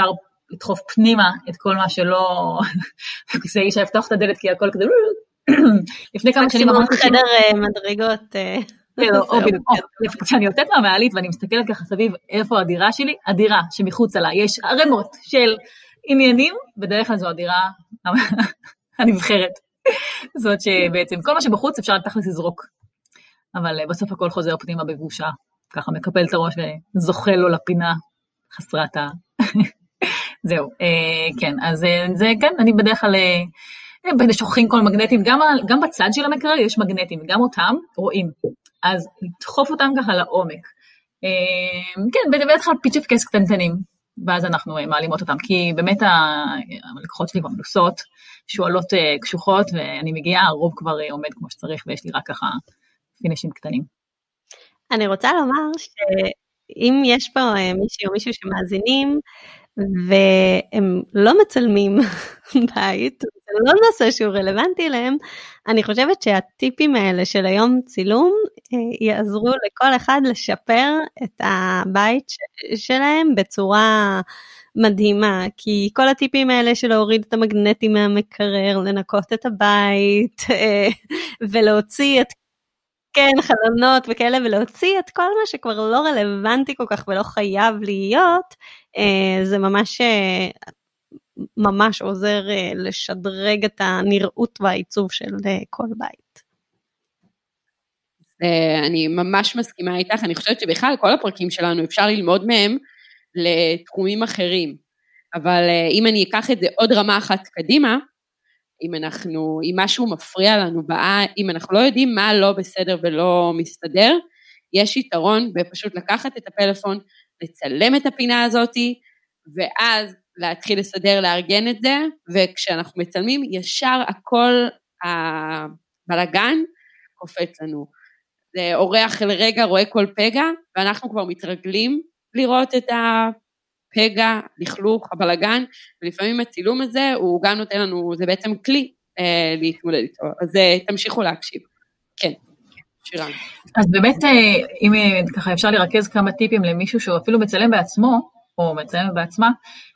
לדחוף פנימה את כל מה שלא, זה אישה לפתוח את הדלת, כי הכל כזה, לפני כמה שנים אמרתי, חדר מדרגות, כשאני יוצאת מהמעלית, ואני מסתכלת ככה סביב, איפה הדירה שלי? הדירה שמחוץ לה, יש ערימות של עניינים, בדרך כלל זו הדירה הנבחרת, זאת שבעצם כל מה שבחוץ אפשר לתכלס לזרוק, אבל בסוף הכל חוזר פנימה בבושה, ככה מקפל את הראש וזוכל לו לפינה חסרת ה... זהו, כן, אז זה כן, אני בדרך כלל שוכחים כל מגנטים, גם, גם בצד של המקרר יש מגנטים, גם אותם רואים, אז לדחוף אותם ככה לעומק. כן, בדרך כלל פיצ'ף קס קטנטנים, ואז אנחנו מעלימות אותם, כי באמת הלקוחות שלי כבר מנוסות, שואלות קשוחות, ואני מגיעה, הרוב כבר עומד כמו שצריך, ויש לי רק ככה פינישים קטנים. אני רוצה לומר שאם יש פה מישהו או מישהו שמאזינים, והם לא מצלמים בית, זה לא נושא שהוא רלוונטי להם, אני חושבת שהטיפים האלה של היום צילום, יעזרו לכל אחד לשפר את הבית שלהם בצורה מדהימה, כי כל הטיפים האלה של להוריד את המגנטים מהמקרר, לנקות את הבית, ולהוציא את כן, חלונות וכאלה, ולהוציא את כל מה שכבר לא רלוונטי כל כך ולא חייב להיות, זה ממש, ממש עוזר לשדרג את הנראות והעיצוב של כל בית. אני ממש מסכימה איתך, אני חושבת שבכלל כל הפרקים שלנו אפשר ללמוד מהם לתחומים אחרים, אבל אם אני אקח את זה עוד רמה אחת קדימה, אם אנחנו, אם משהו מפריע לנו, אם אנחנו לא יודעים מה לא בסדר ולא מסתדר, יש יתרון בפשוט לקחת את הפלאפון, לצלם את הפינה הזאת, ואז להתחיל לסדר, לארגן את זה, וכשאנחנו מצלמים, ישר הכל הבלגן קופץ לנו. זה אורח לרגע, רואה כל פגע, ואנחנו כבר מתרגלים לראות את ה... פגע, לכלוך, הבלגן, ולפעמים הצילום הזה, הוא גם נותן לנו, זה בעצם כלי אה, להתמודד איתו, אז אה, תמשיכו להקשיב. כן, שירן. אז באמת, אה, אם ככה אפשר לרכז כמה טיפים למישהו שהוא אפילו מצלם בעצמו, או מצלם בעצמה,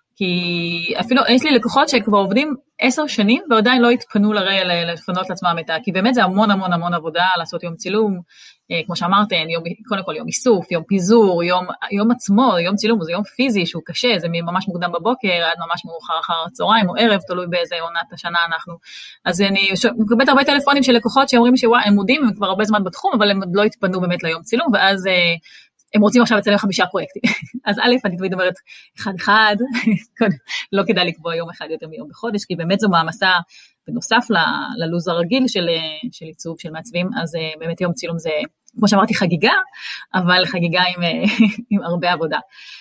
כי אפילו יש לי לקוחות שכבר עובדים עשר שנים, ועדיין לא התפנו לראה לפנות לעצמם את ה... כי באמת זה המון המון המון עבודה לעשות יום צילום, כמו שאמרתם, יום, קודם כל יום איסוף, יום פיזור, יום, יום עצמו, יום צילום, זה יום פיזי שהוא קשה, זה ממש מוקדם בבוקר, עד ממש מאוחר אחר הצהריים או ערב, תלוי באיזה עונת השנה אנחנו. אז אני מקבלת הרבה טלפונים של לקוחות שאומרים שוואי, הם מודים, הם כבר הרבה זמן בתחום, אבל הם לא התפנו באמת ליום צילום, ואז הם רוצים עכשיו לצלם חמישה פרויקטים. אז א', אני תמיד אומרת, אחד אחד, לא כדאי לקבוע יום אחד יותר מיום בחודש, כי באמת זו מעמסה, בנוסף ללוז הרגיל של, של עיצוב, של מעצבים, אז באמת יום צילום זה, כמו שאמרתי, חגיגה, אבל חגיגה עם, עם הרבה עבודה.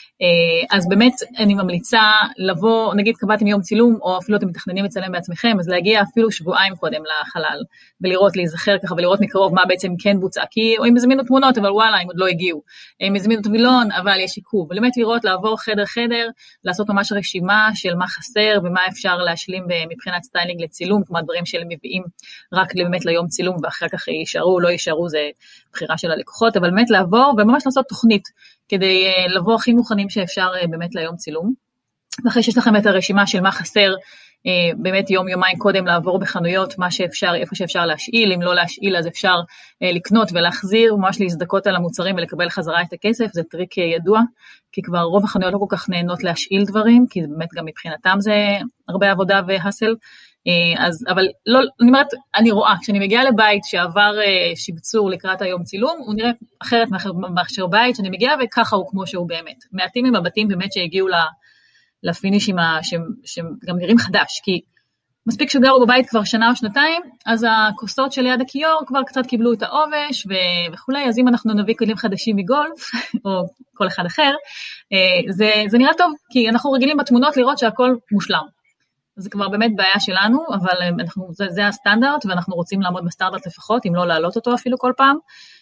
אז באמת אני ממליצה לבוא, נגיד קבעתם יום צילום, או אפילו אתם מתכננים לצלם בעצמכם, אז להגיע אפילו שבועיים קודם לחלל, ולראות, להיזכר ככה, ולראות מקרוב מה בעצם כן בוצע, כי או אם מזמינו תמונות, אבל וואלה, הם עוד לא הגיעו, הם מזמינו תבילון, אבל יש עיכוב, ולמת לראות, לעבור חדר חדר, לעשות ממש רשימה של מה חסר, ומה אפשר להשלים מבחינת סטיילינג לצילום, כמו הדברים שהם מביאים רק באמת ליום צילום, ואחר כך יישארו, לא יישארו, זה בחירה של הלקוחות, אבל באמת לעבור, וממש לעשות תוכנית, כדי לבוא הכי מוכנים שאפשר באמת ליום צילום. ואחרי שיש לכם את הרשימה של מה חסר, באמת יום יומיים קודם לעבור בחנויות, מה שאפשר, איפה שאפשר להשאיל, אם לא להשאיל אז אפשר לקנות ולהחזיר, ממש להזדקות על המוצרים ולקבל חזרה את הכסף, זה טריק ידוע, כי כבר רוב החנויות לא כל כך נהנות להשאיל דברים, כי באמת גם מבחינתם זה הרבה עבודה והסל, אז, אבל לא, אני אומרת, אני רואה, כשאני מגיעה לבית שעבר שיבצור לקראת היום צילום, הוא נראה אחרת מאשר בית, שאני מגיעה וככה הוא כמו שהוא באמת. מעטים עם הבתים באמת שהגיעו לפינישים שגם נראים חדש, כי מספיק שגרו בבית כבר שנה או שנתיים, אז הכוסות של יד הכיור כבר קצת קיבלו את העובש וכו', אז אם אנחנו נביא כלים חדשים מגולף, או כל אחד אחר, זה, זה נראה טוב, כי אנחנו רגילים בתמונות לראות שהכל מושלם. זה כבר באמת בעיה שלנו, אבל אנחנו, זה, זה הסטנדרט, ואנחנו רוצים לעמוד בסטנדרט לפחות, אם לא להעלות אותו אפילו כל פעם.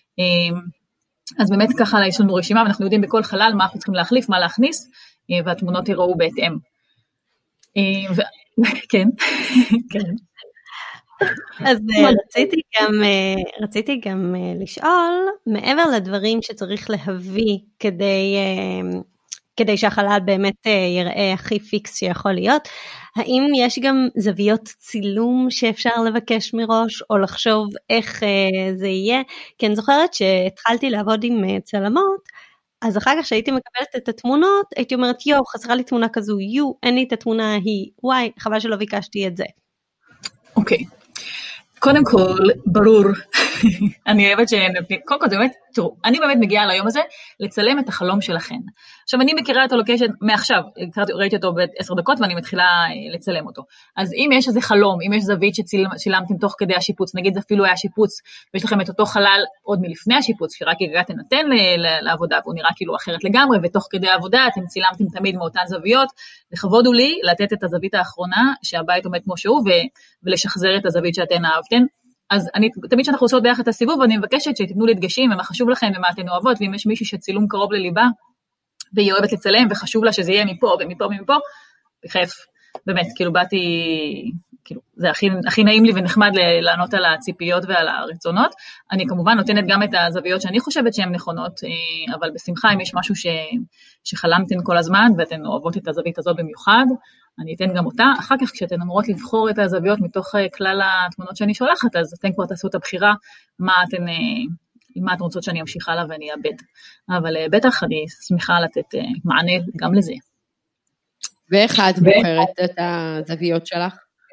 אז באמת ככה יש לנו רשימה, ואנחנו יודעים בכל חלל מה אנחנו צריכים להחליף, מה להכניס, והתמונות יראו בהתאם. ו... כן, כן. אז רציתי גם, רציתי גם לשאול, מעבר לדברים שצריך להביא כדי... כדי שהחלל באמת יראה הכי פיקס שיכול להיות. האם יש גם זוויות צילום שאפשר לבקש מראש, או לחשוב איך זה יהיה? כי אני זוכרת שהתחלתי לעבוד עם צלמות, אז אחר כך שהייתי מקבלת את התמונות, הייתי אומרת, יו, חסרה לי תמונה כזו, יו, אין לי את התמונה ההיא, וואי, חבל שלא ביקשתי את זה. אוקיי. קודם כל, ברור, אני אוהבת שנפנים, קודם כל, באמת, תראו, אני באמת מגיעה ליום הזה, לצלם את החלום שלכם. עכשיו, אני מכירה את הלוקיישן, מעכשיו, ראיתי אותו בעשר דקות, ואני מתחילה לצלם אותו. אז אם יש איזה חלום, אם יש זווית שצילמתם תוך כדי השיפוץ, נגיד זה אפילו היה שיפוץ, ויש לכם את אותו חלל עוד מלפני השיפוץ, שרק הגעתם נתן לעבודה, והוא נראה כאילו אחרת לגמרי, ותוך כדי העבודה, אתם צילמתם תמיד מאותן זוויות, לכבוד הוא לי לתת את הזווית האחרונה, שהבית עומד כמו שהוא, ולשחזר את הזווית שאתן אהבתן. אז אני, תמיד שאנחנו עושות ביחד את הסיבוב, אני מבקשת שתתנו לי דגשים, ומה חשוב לכם, ומה אתן אוהבות, ואם יש מישהו שצילום קרוב לליבה, והיא אוהבת לצלם, וחשוב לה שזה יהיה מפה, ומפה ומפה, בכיף, באמת, כאילו באתי, כאילו, זה הכי, הכי נעים לי ונחמד לענות על הציפיות ועל הרצונות, אני כמובן נותנת גם את הזוויות שאני חושבת שהן נכונות, אבל בשמחה, אם יש משהו ש, שחלמתן כל הזמן, ואתן אוהבות את הזווית הזאת במיוחד, אני אתן גם אותה, אחר כך כשאתן אמורות לבחור את הזוויות מתוך כלל התמונות שאני שולחת, אז אתן כבר תעשו את הבחירה, מה אתן, מה אתן רוצות שאני אמשיך הלאה ואני אאבד. אבל בטח אני שמחה לתת מענה גם לזה. ואיך את בוחרת את הזוויות שלך?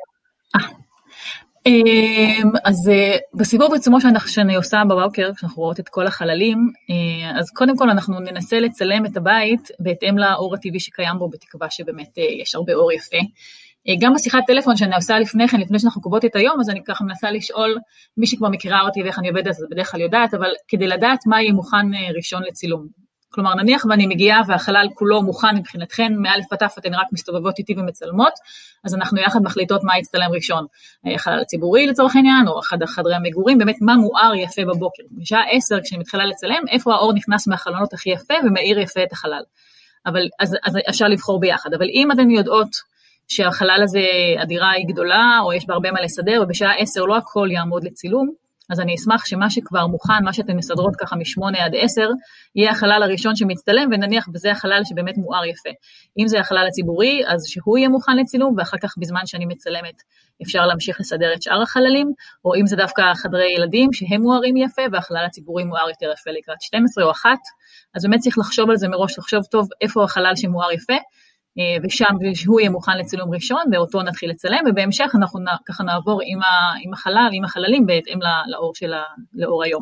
אז בסיבוב בעצמו שאני עושה בבוקר, כשאנחנו רואות את כל החללים, אז קודם כל אנחנו ננסה לצלם את הבית בהתאם לאור הטבעי שקיים בו, בתקווה שבאמת יש הרבה אור יפה. גם בשיחת טלפון שאני עושה לפני כן, לפני שאנחנו קובעות את היום, אז אני ככה מנסה לשאול מי שכבר מכירה אותי ואיך אני עובדת, אז בדרך כלל יודעת, אבל כדי לדעת מה יהיה מוכן ראשון לצילום. כלומר, נניח ואני מגיעה והחלל כולו מוכן מבחינתכן, מאלף פתף אתן רק מסתובבות איתי ומצלמות, אז אנחנו יחד מחליטות מה יצטלם ראשון. החלל הציבורי לצורך העניין, או אחד החדרי המגורים, באמת מה מואר יפה בבוקר. בשעה עשר כשאני מתחילה לצלם, איפה האור נכנס מהחלונות הכי יפה, ומאיר יפה את החלל. אבל, אז, אז אפשר לבחור ביחד. אבל אם אתן יודעות שהחלל הזה, הדירה היא גדולה, או יש בה הרבה מה לסדר, ובשעה עשר לא הכל יעמוד לצילום, אז אני אשמח שמה שכבר מוכן, מה שאתן מסדרות ככה משמונה עד עשר, יהיה החלל הראשון שמצטלם, ונניח בזה החלל שבאמת מואר יפה. אם זה החלל הציבורי, אז שהוא יהיה מוכן לצילום, ואחר כך בזמן שאני מצלמת, אפשר להמשיך לסדר את שאר החללים, או אם זה דווקא חדרי ילדים, שהם מוארים יפה, והחלל הציבורי מואר יותר יפה לקראת שתים עשרה או אחת, אז באמת צריך לחשוב על זה מראש, לחשוב טוב איפה החלל שמואר יפה, ושם שהוא יהיה מוכן לצילום ראשון, ואותו נתחיל לצלם, ובהמשך אנחנו ככה נעבור עם, ה, עם החלל, עם החללים, בהתאם לאור, של ה, לאור היום.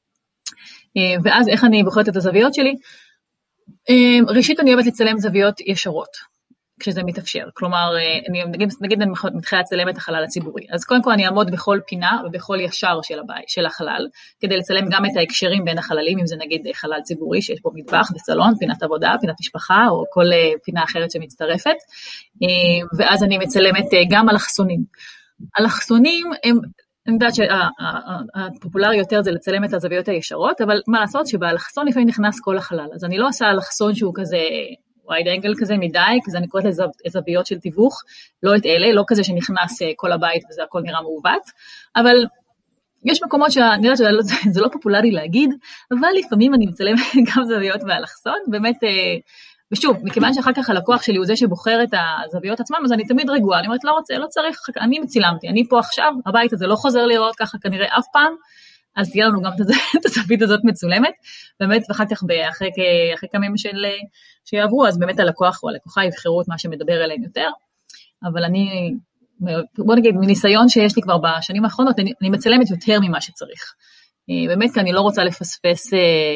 ואז איך אני בוחרת את הזוויות שלי? ראשית אני אוהבת לצלם זוויות ישרות, כשזה מתאפשר. כלומר, אני, נגיד, נגיד אני מתחילה לצלם את החלל הציבורי. אז קודם כל אני אעמוד בכל פינה ובכל ישר של הבית, של החלל, כדי לצלם גם את ההקשרים בין החללים, אם זה נגיד חלל ציבורי, שיש בו מטבח וסלון, פינת עבודה, פינת משפחה, או כל פינה אחרת שמצטרפת. ואז אני מצלמת גם אלכסונים. אלכסונים הם, אני יודעת שהפופולרי יותר זה לצלם את הזוויות הישרות, אבל מה לעשות שבאלכסון לפעמים נכנס כל החלל. אז אני לא עושה אלכסון שהוא כזה wide angle כזה מדי, כי אני קוראת לזוויות של תיווך, לא את אלה, לא כזה שנכנס כל הבית וזה הכל נראה מעוות, אבל יש מקומות שאני יודעת שזה לא פופולרי להגיד, אבל לפעמים אני מצלם גם זוויות באלכסון, באמת, ושוב, מכיוון שאחר כך הלקוח שלי הוא זה שבוחר את הזוויות עצמם, אז אני תמיד רגועה, אני אומרת לא רוצה, לא צריך, אני מצילמתי, אני פה עכשיו, הבית הזה לא חוזר לראות ככה כנראה אף פעם, אז תהיה לנו גם את הזווית הזאת מצולמת, באמת, ואחר כך אחרי, אחרי כמה ימים של, שיעברו, אז באמת הלקוח או הלקוחה יבחרו את מה שמדבר אליהם יותר, אבל אני, בוא נגיד, מניסיון שיש לי כבר בשנים האחרונות, אני, אני מצלמת יותר ממה שצריך. באמת, כי אני לא רוצה לפספס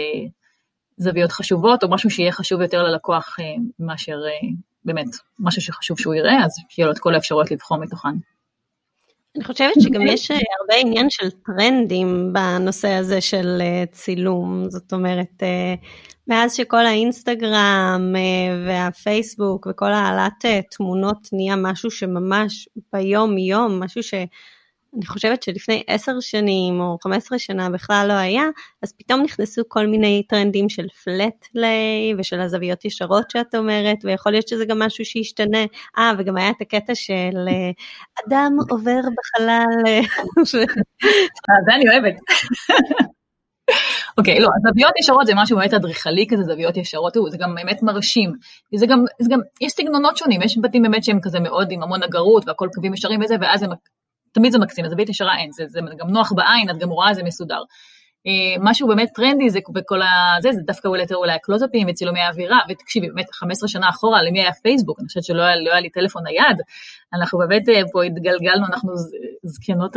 זוויות חשובות, או משהו שיהיה חשוב יותר ללקוח, מאשר באמת, משהו שחשוב שהוא יראה, אז שיהיה לו את כל האפשרויות לבחור מתוכן. אני חושבת שגם יש הרבה עניין של טרנדים בנושא הזה של צילום, זאת אומרת, מאז שכל האינסטגרם והפייסבוק וכל העלת תמונות נהיה משהו שממש ביום יום, משהו שאני חושבת שלפני עשר שנים או חמש עשרה שנה בכלל לא היה, אז פתאום נכנסו כל מיני טרנדים של פלט ליי ושל הזוויות ישרות שאת אומרת, ויכול להיות שזה גם משהו שישתנה, אה וגם היה את הקטע של אדם עובר בחלל. זה אני אוהבת. אוקיי, לא, זוויות ישרות זה משהו באמת אדריכלי כזה, זוויות ישרות, זה גם באמת מרשים, זה גם, זה גם, יש סגנונות שונים, יש בתים באמת שהם כזה מאוד עם המון אגרות, והכל קווים ישרים וזה, ואז זה, תמיד זה מקסים, הזווית ישרה אין, זה, זה גם נוח בעין, את גם רואה, זה מסודר. משהו באמת טרנדי, זה בכל הזה, זה דווקא אולי יותר אולי הקלוזאפים וצילומי האווירה, ותקשיבי, באמת חמש עשרה שנה אחורה, למי היה פייסבוק, אני חושבת שלא היה, לא היה לי טלפון נייד, אנחנו באמת פה התגלגלנו, אנחנו זקנות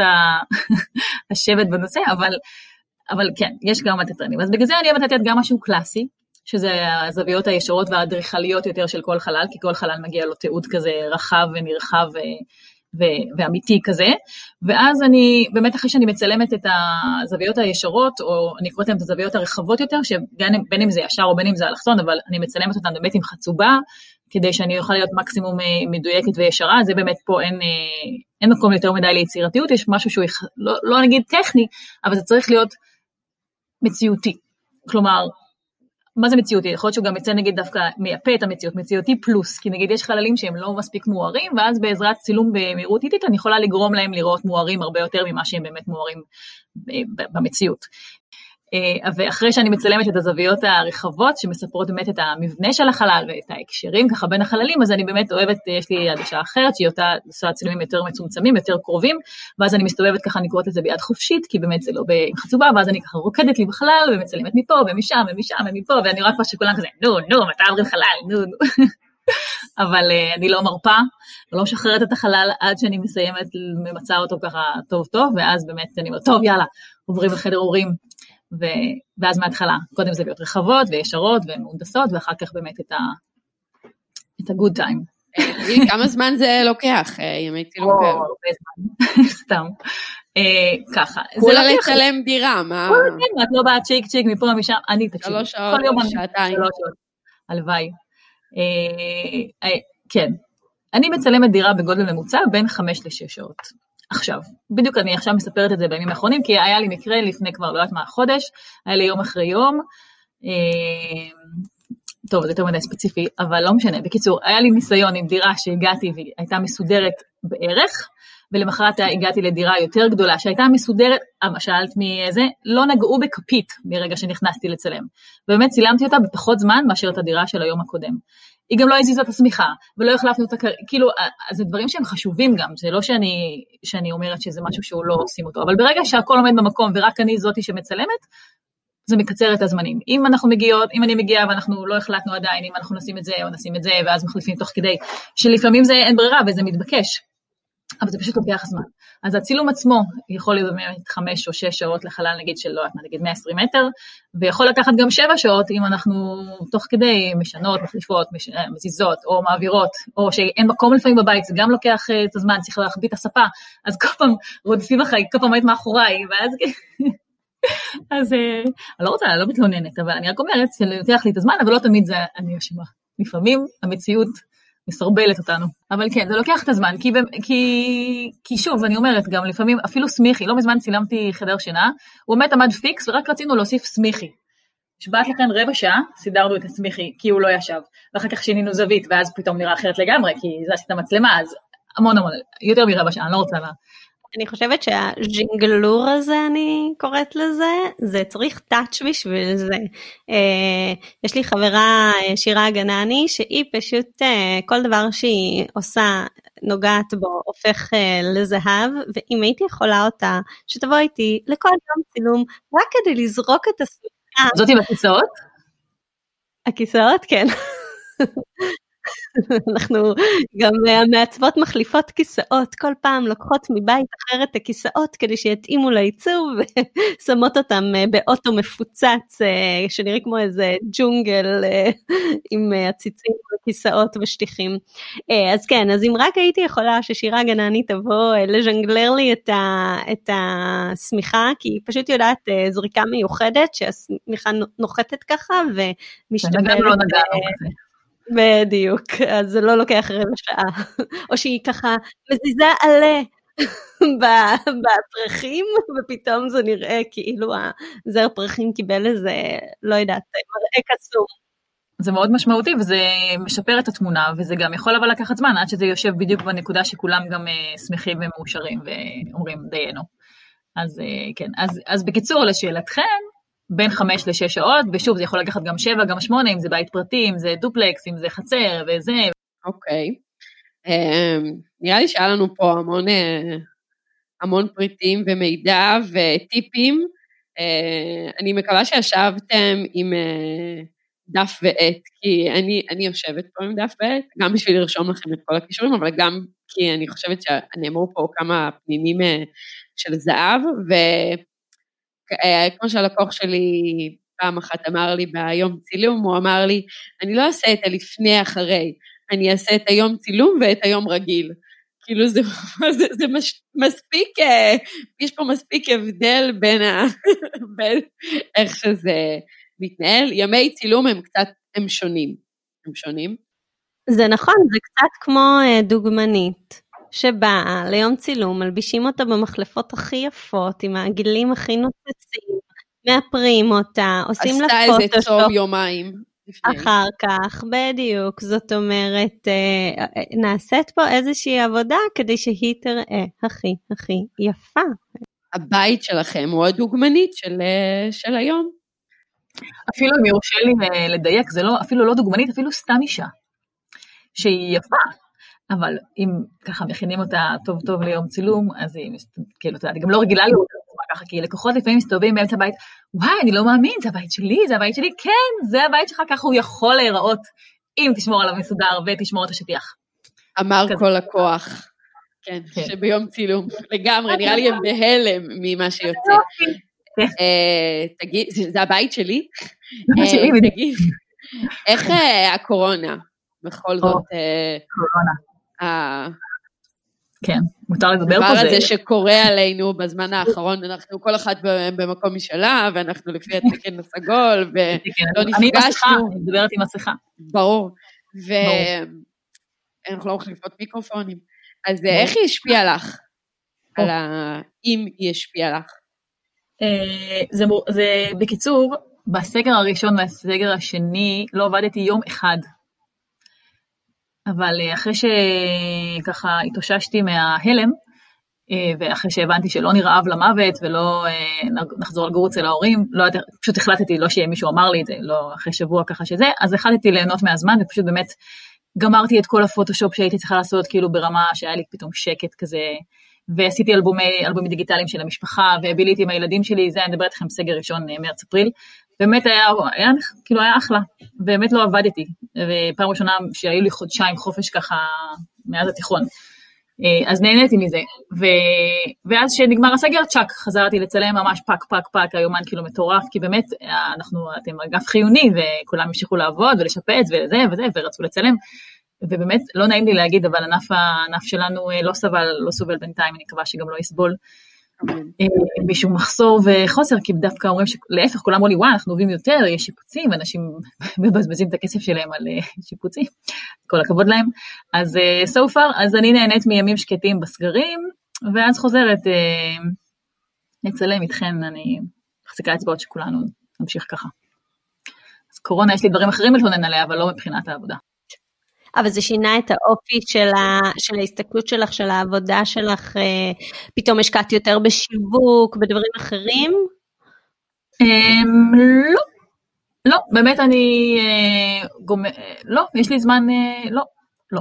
השבט בנושא, אבל, אבל כן, יש גם את הטרנדים, אז בגלל זה אני אוהבת לתת גם משהו קלאסי, שזה הזוויות הישרות והאדריכליות יותר של כל חלל, כי כל חלל מגיע לו תיעוד כזה רחב ונרחב ו- ואמיתי כזה, ואז אני, באמת אחרי שאני מצלמת את הזוויות הישרות, או אני קוראת להם את הזוויות הרחבות יותר, שבין אם זה ישר או בין אם זה אלכסון, אבל אני מצלמת אותן באמת עם חצובה, כדי שאני אוכל להיות מקסימום מדויקת וישרה, זה באמת פה אין, אין מקום יותר מדי ליצירתיות, יש משהו שהוא לא, לא נגיד טכני, אבל זה צריך להיות מציאותי, כלומר, מה זה מציאותי? יכול להיות שהוא גם יצא נגיד דווקא מייפה את המציאות, מציאותי פלוס, כי נגיד יש חללים שהם לא מספיק מוארים, ואז בעזרת צילום במהירות איטית, אני יכולה לגרום להם לראות מוארים הרבה יותר ממה שהם באמת מוארים במציאות. ואחרי שאני מצלמת את הזוויות הרחבות, שמספרות באמת את המבנה של החלל, ואת ההקשרים ככה בין החללים, אז אני באמת אוהבת, יש לי עדשה אחרת, שהיא אותה עושה צילומים יותר מצומצמים, יותר קרובים, ואז אני מסתובבת ככה, אני קוראת לזה ביד חופשית, כי באמת זה לא עם חצובה, ואז אני ככה רוקדת לי בחלל, ומצלמת מפה, ומשם, ומשם, ומפה, ואני רואה כבר שכולם כזה, נו, נו, מתי עוברים חלל, נו, נו. אבל אני לא מרפה, לא משחררת את החלל עד שאני מסיימת, ממצא אותו ככה טוב טוב, ואז באמת אני אומרת, טוב, יאללה, עוברים לחדר הורים. ו- ואז מההתחלה, קודם זה להיות רחבות וישרות ומהונדסות, ואחר כך באמת את ה- את ה-good time. כמה זמן זה לוקח? ימי צילום כאלה? הרבה זמן, סתם. ככה. כולה לצלם דירה, מה? כולה כן, את לא באה צ'יק צ'יק מפה ומשם, אני תקשיב. שלוש שעות, שעתיים. שלוש שעות, הלוואי. כן, אני מצלמת דירה בגודל ממוצע בין חמש לשש שעות. עכשיו, בדיוק אני עכשיו מספרת את זה בימים האחרונים, כי היה לי מקרה לפני כבר לא יודעת מה חודש, היה לי יום אחרי יום, טוב, זה יותר מדי ספציפי, אבל לא משנה, בקיצור, היה לי ניסיון עם דירה שהגעתי והייתה מסודרת בערך, ולמחרת הגעתי לדירה יותר גדולה, שהייתה מסודרת, אבל שאלת מאיזה, לא נגעו בכפית מרגע שנכנסתי לצלם, ובאמת צילמתי אותה בפחות זמן מאשר את הדירה של היום הקודם. היא גם לא הזיזה את הסמיכה, ולא החלפנו את הקר... כאילו, זה דברים שהם חשובים גם, זה לא שאני, שאני אומרת שזה משהו שהוא לא עושים אותו, אבל ברגע שהכל עומד במקום, ורק אני זאתי שמצלמת, זה מקצר את הזמנים. אם אנחנו מגיעות, אם אני מגיעה ואנחנו לא החלטנו עדיין, אם אנחנו נשים את זה או נשים את זה, ואז מחליפים תוך כדי, שלפעמים זה אין ברירה וזה מתבקש, אבל זה פשוט לוקח זמן. אז הצילום עצמו יכול להיות באמת חמש או שש שעות לחלל, נגיד של לא, נגיד מאה ועשרים מטר, ויכול לקחת גם שבע שעות, אם אנחנו תוך כדי משנות, מחליפות, מש... מזיזות, או מעבירות, או שאין מקום לפעמים בבית, זה גם לוקח את הזמן, צריך להחביא את הספה, אז כל פעם רודפים אחרי, כל פעם היית מאחוריי, ואז... אז אני לא רוצה, אני לא מתלוננת, אבל אני רק אומרת, שלוקח לי את הזמן, אבל לא תמיד זה אני אשמה. לפעמים המציאות מסרבלת אותנו. אבל כן, זה לוקח את הזמן, כי, כי, כי שוב, אני אומרת גם לפעמים, אפילו סמיכי, לא מזמן צילמתי חדר שינה, הוא באמת עמד פיקס, ורק רצינו להוסיף סמיכי. שבאת לכאן רבע שעה, סידרנו את הסמיכי, כי הוא לא ישב, ואחר כך שינינו זווית, ואז פתאום נראה אחרת לגמרי, כי זה עשית המצלמה, אז המון המון, יותר מרבע שעה, אני לא רוצה לה. אני חושבת שהז'ינגלור הזה, אני קוראת לזה, זה צריך טאץ' בשביל זה. יש לי חברה, שירה גנני, שהיא פשוט, כל דבר שהיא עושה, נוגעת בו, הופך לזהב, ואם הייתי יכולה אותה, שתבוא איתי לכל יום צילום, רק כדי לזרוק את הסמיכה. זאת עם הכיסאות? הכיסאות, כן. אנחנו גם המעצבות מחליפות כיסאות, כל פעם לוקחות מבית אחר את הכיסאות כדי שיתאימו לעיצוב, ושמות אותם באוטו מפוצץ, שנראה כמו איזה ג'ונגל עם הציצים וכיסאות ושטיחים. אז כן, אז אם רק הייתי יכולה ששירה גנני תבוא לז'נגלר לי את, ה, את הסמיכה, כי היא פשוט יודעת זריקה מיוחדת, שהסמיכה נוחתת ככה, ומשתפלת... גם לא נגענו כזה. בדיוק, אז זה לא לוקח רבע שעה, או שהיא ככה מזיזה עלה בפרחים, ופתאום זה נראה כאילו הזר פרחים קיבל איזה, לא יודעת, מראה קסום. זה מאוד משמעותי, וזה משפר את התמונה, וזה גם יכול אבל לקחת זמן, עד שזה יושב בדיוק בנקודה שכולם גם שמחים ומאושרים, ואומרים דיינו. אז כן, אז, אז בקיצור לשאלתכם, בין חמש לשש שעות, ושוב, זה יכול לקחת גם שבע, גם שמונה, אם זה בית פרטי, אם זה דופלקס, אם זה חצר, וזה. אוקיי. נראה לי שהיה לנו פה המון, המון פריטים ומידע וטיפים. אני מקווה שישבתם עם דף ועט, כי אני, אני יושבת פה עם דף ועט, גם בשביל לרשום לכם את כל הכישורים, אבל גם כי אני חושבת שנאמרו פה כמה פנינים של זהב, וכמו שהלקוח שלי פעם אחת אמר לי ביום צילום, הוא אמר לי, אני לא אעשה את הלפני אחרי, אני אעשה את היום צילום ואת היום רגיל. כאילו זה, זה, זה מש, מספיק, יש פה מספיק הבדל בין, ה, בין איך שזה מתנהל. ימי צילום הם קצת, הם שונים. הם שונים. זה נכון, זה קצת כמו דוגמנית, שבאה ליום צילום, מלבישים אותה במחלפות הכי יפות, עם העגילים הכי נוצצים, מאפרים אותה, עושים לה פוטושופ. עשתה איזה צום יומיים. אחר כך, בדיוק, זאת אומרת, נעשית פה איזושהי עבודה, כדי שהיא תראה הכי הכי יפה. הבית שלכם הוא הדוגמנית של, של היום. אפילו אם יורשה לי לדייק, זה לא, אפילו לא דוגמנית, אפילו סתם אישה, שהיא יפה, אבל אם ככה מכינים אותה טוב טוב ליום צילום, אז היא, כאילו, אני גם לא רגילה לראות ככה, כי לקוחות לפעמים מסתובבים באמצע הבית, וואי, אני לא מאמין, זה הבית שלי, זה הבית שלי, כן, זה הבית שלך, ככה הוא יכול להיראות, אם תשמור עליו מסודר ותשמור את השטיח. אמר כל הכוח, כן, שביום צילום, לגמרי, נראה לי הם בהלם ממה שיוצא. תגיד, זה הבית שלי? תגיד, איך הקורונה, בכל זאת, קורונה. כן, מותר לדבר פה זה. דבר הזה שקורה עלינו בזמן האחרון, אנחנו כל אחת במקום משלה, ואנחנו לפי התקן הסגול, ולא נפגשנו. אני מסכה, אני מדברת עם מסכה. ברור, ואנחנו לא מחליפות מיקרופונים. אז איך היא השפיעה לך? על ה... אם היא השפיעה לך? זה בקיצור, בסגר הראשון והסגר השני, לא עבדתי יום אחד. אבל אחרי שככה התאוששתי מההלם, ואחרי שהבנתי שלא נרעב למוות, ולא נחזור לגור אצל ההורים, לא, פשוט החלטתי, לא שמישהו אמר לי את זה, לא אחרי שבוע ככה שזה, אז החלטתי ליהנות מהזמן, ופשוט באמת גמרתי את כל הפוטושופ שהייתי צריכה לעשות, כאילו ברמה שהיה לי פתאום שקט כזה, ועשיתי אלבומי, אלבומים דיגיטליים של המשפחה, וביליתי עם הילדים שלי, זה אני מדברת לכם סגר ראשון, מרץ אפריל, באמת היה, היה, כאילו היה אחלה, באמת לא עבדתי, ופעם ראשונה שהיו לי חודשיים חופש ככה, מאז התיכון, אז נהניתי מזה, ו, ואז שנגמר הסגר, צ'ק, חזרתי לצלם ממש פק פק פק, היומן כאילו מטורף, כי באמת אנחנו, אתם אגף חיוני, וכולם המשיכו לעבוד ולשפץ וזה וזה, ורצו לצלם, ובאמת לא נעים לי להגיד, אבל ענף, הענף שלנו לא סבל, לא סובל בינתיים, אני מקווה שגם לא יסבול, משום מחסור וחוסר, כי דווקא אומרים שלהפך, כולם אומרים לי, וואי, אנחנו עובדים יותר, יש שיפוצים, אנשים מבזבזים את הכסף שלהם על שיפוצים, כל הכבוד להם, אז so far, אז אני נהנית מימים שקטים בסגרים, ואז חוזרת לצלם איתכן, אני מחזיקה אצבעות שכולנו נמשיך ככה. אז קורונה, יש לי דברים אחרים להתלונן עליה, אבל לא מבחינת העבודה. אבל זה שינה את האופי של, ה, של ההסתכלות שלך, של העבודה שלך, פתאום השקעת יותר בשיווק, בדברים אחרים? לא, לא, באמת אני, לא, יש לי זמן, לא, לא.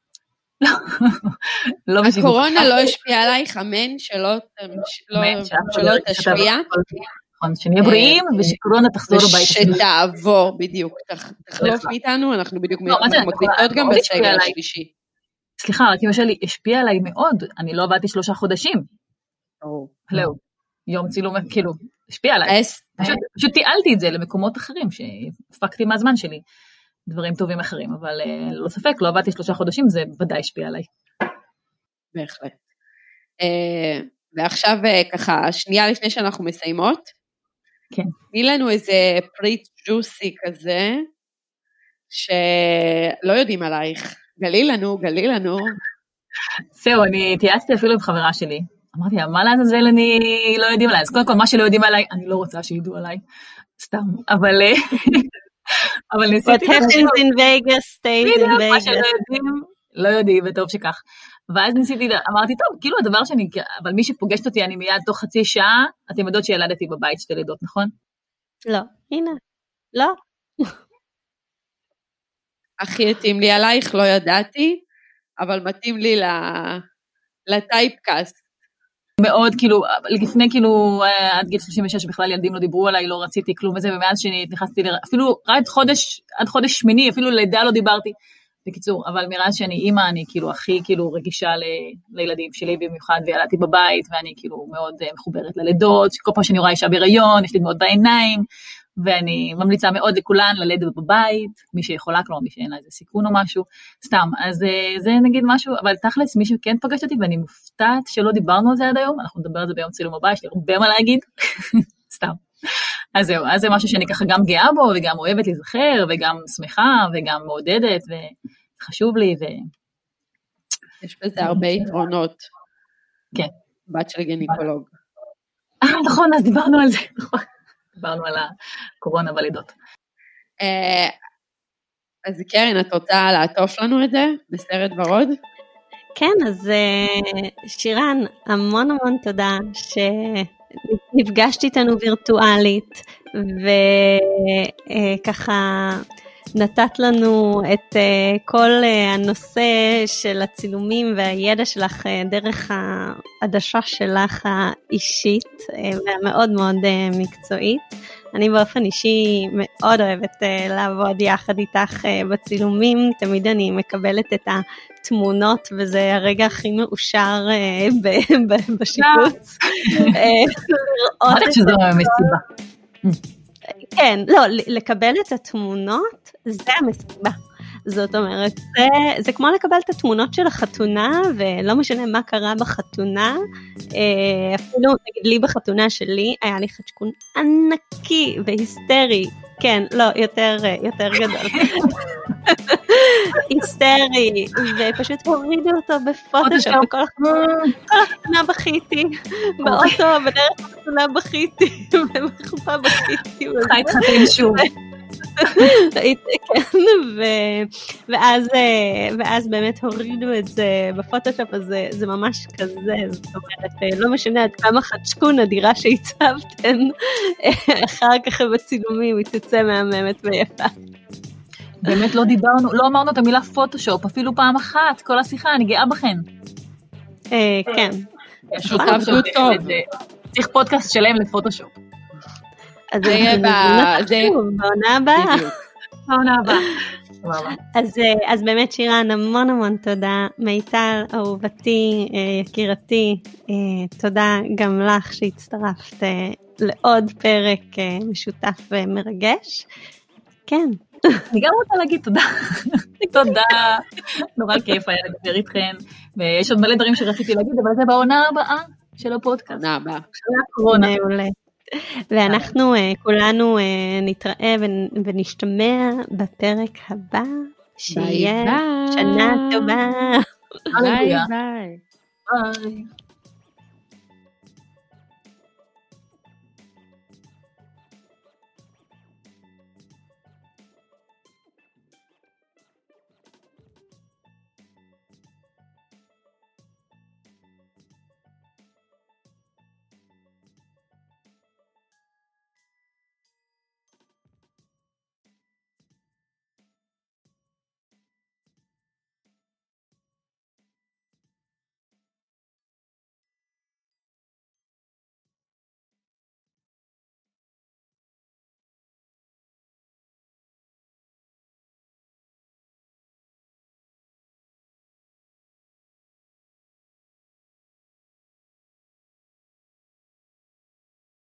לא. הקורונה לא השפיעה עלייך, אמן, שלא תשפיע. שנהיה בריאים, ושקורונה תחזור הביתה. שתעבור, בדיוק, תחלוף מאיתנו, אנחנו בדיוק מקליטות גם בסגר השלישי. סליחה, רק אמא שלי, השפיע עליי מאוד, אני לא עבדתי שלושה חודשים. לא, יום צילום, כאילו, השפיע עליי. פשוט תיעלתי את זה למקומות אחרים, שהפקתי מהזמן שלי, דברים טובים אחרים, אבל לא ספק, לא עבדתי שלושה חודשים, זה ודאי השפיע עליי. בהחלט. ועכשיו ככה, שנייה לפני שאנחנו מסיימות, כן. תני לנו איזה פריט ג'וסי כזה, שלא יודעים עלייך. גלי לנו, גלי לנו. זהו, אני התייעצתי אפילו עם חברה שלי. אמרתי, מה לעזאזל אני לא יודעים עליי? אז קודם כל, מה שלא יודעים עליי, אני לא רוצה שידעו עליי. סתם, אבל... אבל ניסיתי... What happens in Vegas stays in Vegas. מה שלא יודעים, לא יודעים, וטוב שכך. ואז ניסיתי, אמרתי, טוב, כאילו הדבר שאני, אבל מי שפוגשת אותי, אני מיד תוך חצי שעה, אתם יודעות שילדתי בבית שתי לידות, נכון? לא, הנה, לא. הכי התאים לי עלייך, לא ידעתי, אבל מתאים לי לטייפקאסט. מאוד, כאילו, לפני כאילו, עד גיל שלושים ושש בכלל ילדים לא דיברו עליי, לא רציתי כלום וזה, ומאז שנכנסתי, אפילו עד חודש, עד חודש שמיני, אפילו לידה לא דיברתי, בקיצור, אבל מראה שאני אימא, אני כאילו הכי כאילו רגישה ל, לילדים שלי במיוחד, וילדתי בבית, ואני כאילו מאוד מחוברת ללידות, שכל פעם שאני רואה אישה בהיריון, יש לי דמעות בעיניים, ואני ממליצה מאוד לכולן ללדת בבית, מי שיכולה, כלומר מי שאין לה איזה סיכון או משהו, סתם, אז זה נגיד משהו, אבל תכלס מי שכן פגש אותי, ואני מופתעת שלא דיברנו על זה עד היום, אנחנו נדבר על זה ביום צילום הבא, יש לי הרבה מה להגיד, סתם. אז זהו, אז זה משהו שאני ככה גם גאה בו, וגם אוהבת להיזכר, וגם שמחה, וגם מעודדת, וחשוב לי, ו... יש בזה הרבה יתרונות. כן. בת של גינקולוג. אה, נכון, אז דיברנו על זה, נכון. דיברנו על הקורונה בלידות. אז קרן, את רוצה לעטוף לנו את זה בסרט ורוד? כן, אז שירן, המון המון תודה שנפגשת איתנו וירטואלית, וככה נתת לנו את כל הנושא של הצילומים והידע שלך דרך העדשה שלך האישית והמאוד מאוד מקצועית. אני באופן אישי מאוד אוהבת לעבוד יחד איתך בצילומים, תמיד אני מקבלת את התמונות וזה הרגע הכי מאושר בשיפוץ. אמרת שזו מסיבה. כן, לא, לקבל את התמונות זה המסיבה. זאת אומרת, זה, זה כמו לקבל את התמונות של החתונה, ולא משנה מה קרה בחתונה, אפילו נגיד לי בחתונה שלי, היה לי חדשקון ענקי והיסטרי, כן, לא, יותר, יותר גדול. היסטרי, ופשוט הורידו אותו בפוטושופ, וכל החתונה בכיתי, באוטו, בדרך החתונה בכיתי, ובחופה בכיתי. חי תחתים שוב. כן, ואז, ואז באמת הורידו את זה בפוטושופ, אז זה ממש כזה, זאת אומרת, לא משנה עד כמה חדשקון הדירה שהצבתן, אחר כך בצילומים היא תצא מהממת ויפה. באמת לא דיברנו, לא אמרנו את המילה פוטושופ, אפילו פעם אחת, כל השיחה, אני גאה בכן. כן. שותף טוב. צריך פודקאסט שלם לפוטושופ. אז זה יהיה בעונה הבאה. בעונה הבאה. אז, אז באמת שירן, המון המון תודה. מיטל, אהובתי, יקירתי, תודה גם לך שהצטרפת לעוד פרק משותף ומרגש. כן. אני גם רוצה להגיד תודה. תודה. נורא כיף היה לדבר איתכן. ויש עוד מלא דברים שרציתי להגיד, אבל זה בעונה הבאה של הפודקאסט. בעונה הבאה. אחרי הקורונה. מעולה. ואנחנו כולנו נתראה ונשתמע בפרק הבא, שיהיה שנה טובה. ביי ביי. ביי.